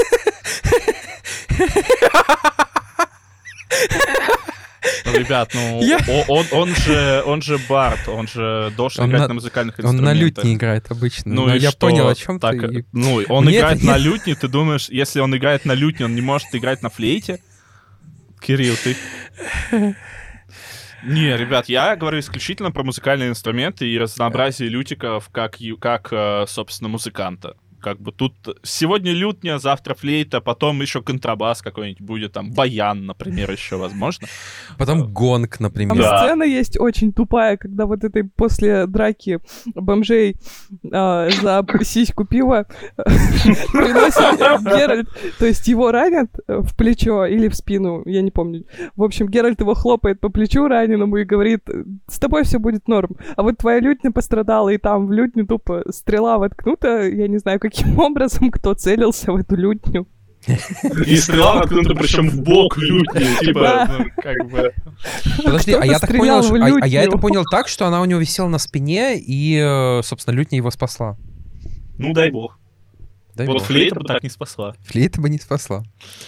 Ну, ребят, ну, он же бард, он же должен играть на музыкальных инструментах. Он на лютне играет обычно. Ну, я что? понял, о чем так, ты. Ну, он играет на лютне, ты думаешь, если он играет на лютне, он не может играть на флейте? Кирилл, ты... Не, ребят, я говорю исключительно про музыкальные инструменты и разнообразие лютиков как собственно, музыканта. Как бы тут сегодня лютня, завтра флейта, потом еще контрабас какой-нибудь будет, там, баян, например, еще возможно. Потом гонг, например. Там сцена есть очень тупая, когда вот этой после драки бомжей за сиську пива приносит Геральт, то есть его ранят в плечо или в спину, я не помню. В общем, Геральт его хлопает по плечу раненому и говорит, с тобой все будет норм. А вот твоя лютня пострадала, и там в лютню тупо стрела воткнута, я не знаю, каким образом кто целился в эту лютню. И стрела воткнута, причем в бок лютни, типа, ну, как бы... Подожди, а я так понял, я это понял так, что она у него висела на спине, и, собственно, лютня его спасла. Ну, дай бог. Вот флейта бы так не спасла. Флейта бы не спасла.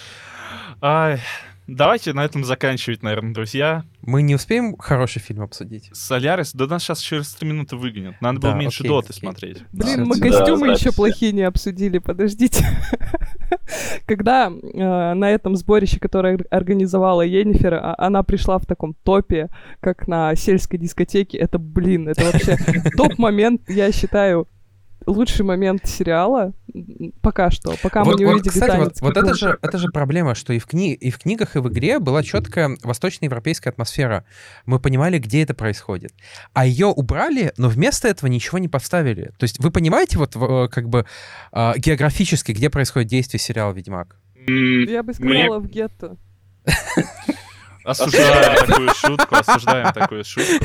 Давайте на этом заканчивать, наверное, друзья. Мы не успеем хороший фильм обсудить? Солярис, да нас сейчас через 3 минуты выгонят. Надо было меньше доты смотреть. Блин, мы костюмы еще плохие не обсудили, подождите. Когда на этом сборище, которое организовала Йеннифер, она пришла в таком топе, как на сельской дискотеке, это, блин, это вообще топ-момент, я считаю, лучший момент сериала пока что, пока мы не увидели кстати, танец. Вот это же проблема, что и в книгах, и в игре была четкая восточноевропейская атмосфера. Мы понимали, где это происходит. А ее убрали, но вместо этого ничего не поставили. То есть вы понимаете вот как бы географически, где происходит действие сериала «Ведьмак»? Я бы сказала, в гетто. Осуждаем такую шутку.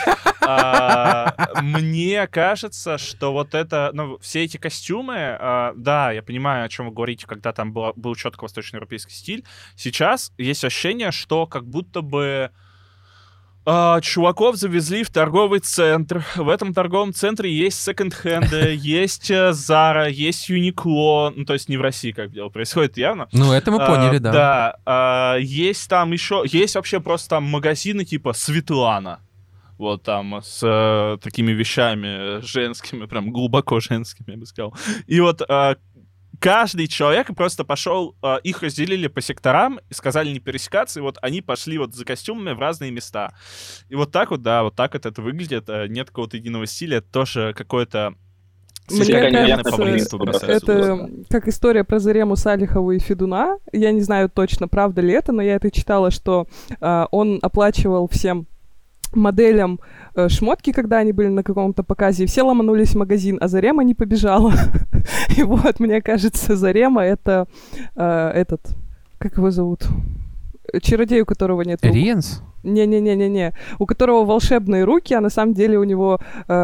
Мне кажется, что вот это, ну, все эти костюмы, да, я понимаю, о чем вы говорите, когда там был четко восточноевропейский стиль. Сейчас есть ощущение, что как будто бы чуваков завезли в торговый центр. В этом торговом центре есть секонд-хенды, есть Zara, есть Uniqlo. Ну, то есть не в России, как дело происходит явно. Ну, это мы поняли, да. Да. Есть там еще... Есть вообще просто там магазины типа Светлана. Вот там с такими вещами женскими, прям глубоко женскими, я бы сказал. И вот... Каждый человек просто пошел, их разделили по секторам, и сказали не пересекаться, и вот они пошли вот за костюмами в разные места. И вот так вот, да, вот так вот это выглядит. Нет какого-то единого стиля, это тоже какое-то... Мне кажется, это как история про Зарему Салихову и Федуна. Я не знаю точно, правда ли это, но я это читала, что он оплачивал всем моделям шмотки, когда они были на каком-то показе, и все ломанулись в магазин, а Зарема не побежала. И вот, мне кажется, Зарема — это этот... Как его зовут? Чародей, у которого нет рук. Риенс? Не-не-не-не-не. У которого волшебные руки, а на самом деле у него...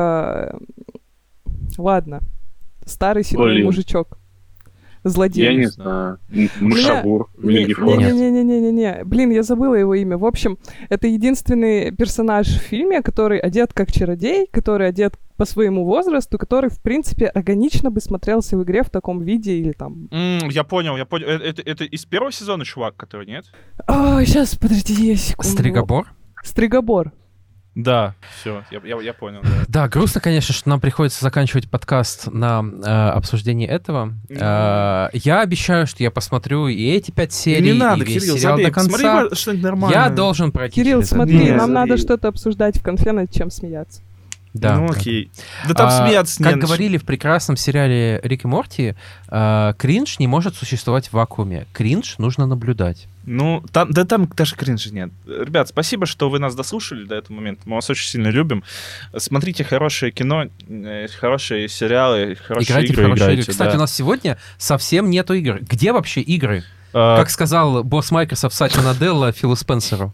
Ладно. Старый седой мужичок. Злодей. Я не знаю. Мышабур. Не-не-не-не-не-не. Блин, я забыла его имя. В общем, это единственный персонаж в фильме, который одет как чародей, который одет по своему возрасту, который, в принципе, органично бы смотрелся в игре в таком виде или там... Я понял. Это из первого сезона чувак, который, нет? Ой, сейчас, подожди, секунду. Стригобор? Стригобор. Да, все, я понял. Да, грустно, конечно, что нам приходится заканчивать подкаст на обсуждении этого. Я обещаю, что я посмотрю и эти 5 серий, не надо, и весь Кирилл, сериал забей, до конца. смотри что-нибудь нормальное. Я должен пройти. Кирилл, через это. смотри, Нет, нам надо забей. что-то обсуждать в конфе, над чем смеяться. Да, Ну да. окей. Да там смеяться не Как на что. говорили в прекрасном сериале «Рик и Морти», кринж не может существовать в вакууме. Кринж нужно наблюдать. Ну, там даже кринжа нет. Ребят, спасибо, что вы нас дослушали до этого момента. Мы вас очень сильно любим. Смотрите хорошее кино, хорошие сериалы, хорошие Играйте в игры. хорошие играйте, игры. Кстати, да. у нас сегодня совсем нету игр. Где вообще игры? Как сказал босс Microsoft Сатья Наделла Филу Спенсеру.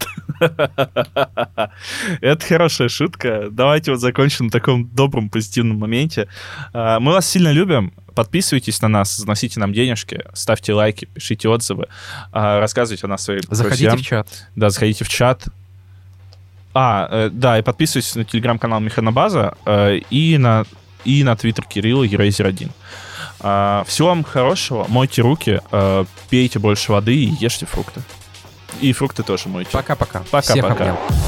Это хорошая шутка. Давайте вот закончим на таком добром, позитивном моменте. Мы вас сильно любим. Подписывайтесь на нас, заносите нам денежки, ставьте лайки, пишите отзывы, рассказывайте о нас своим Заходите друзьям. в чат. Да, заходите в чат. Да, и подписывайтесь на телеграм-канал Механобаза и на твиттер Кирилла Ерейзер1. Всего вам хорошего, мойте руки, пейте больше воды и ешьте фрукты. И фрукты тоже мойте. Пока-пока. Пока-пока. Всех обнял.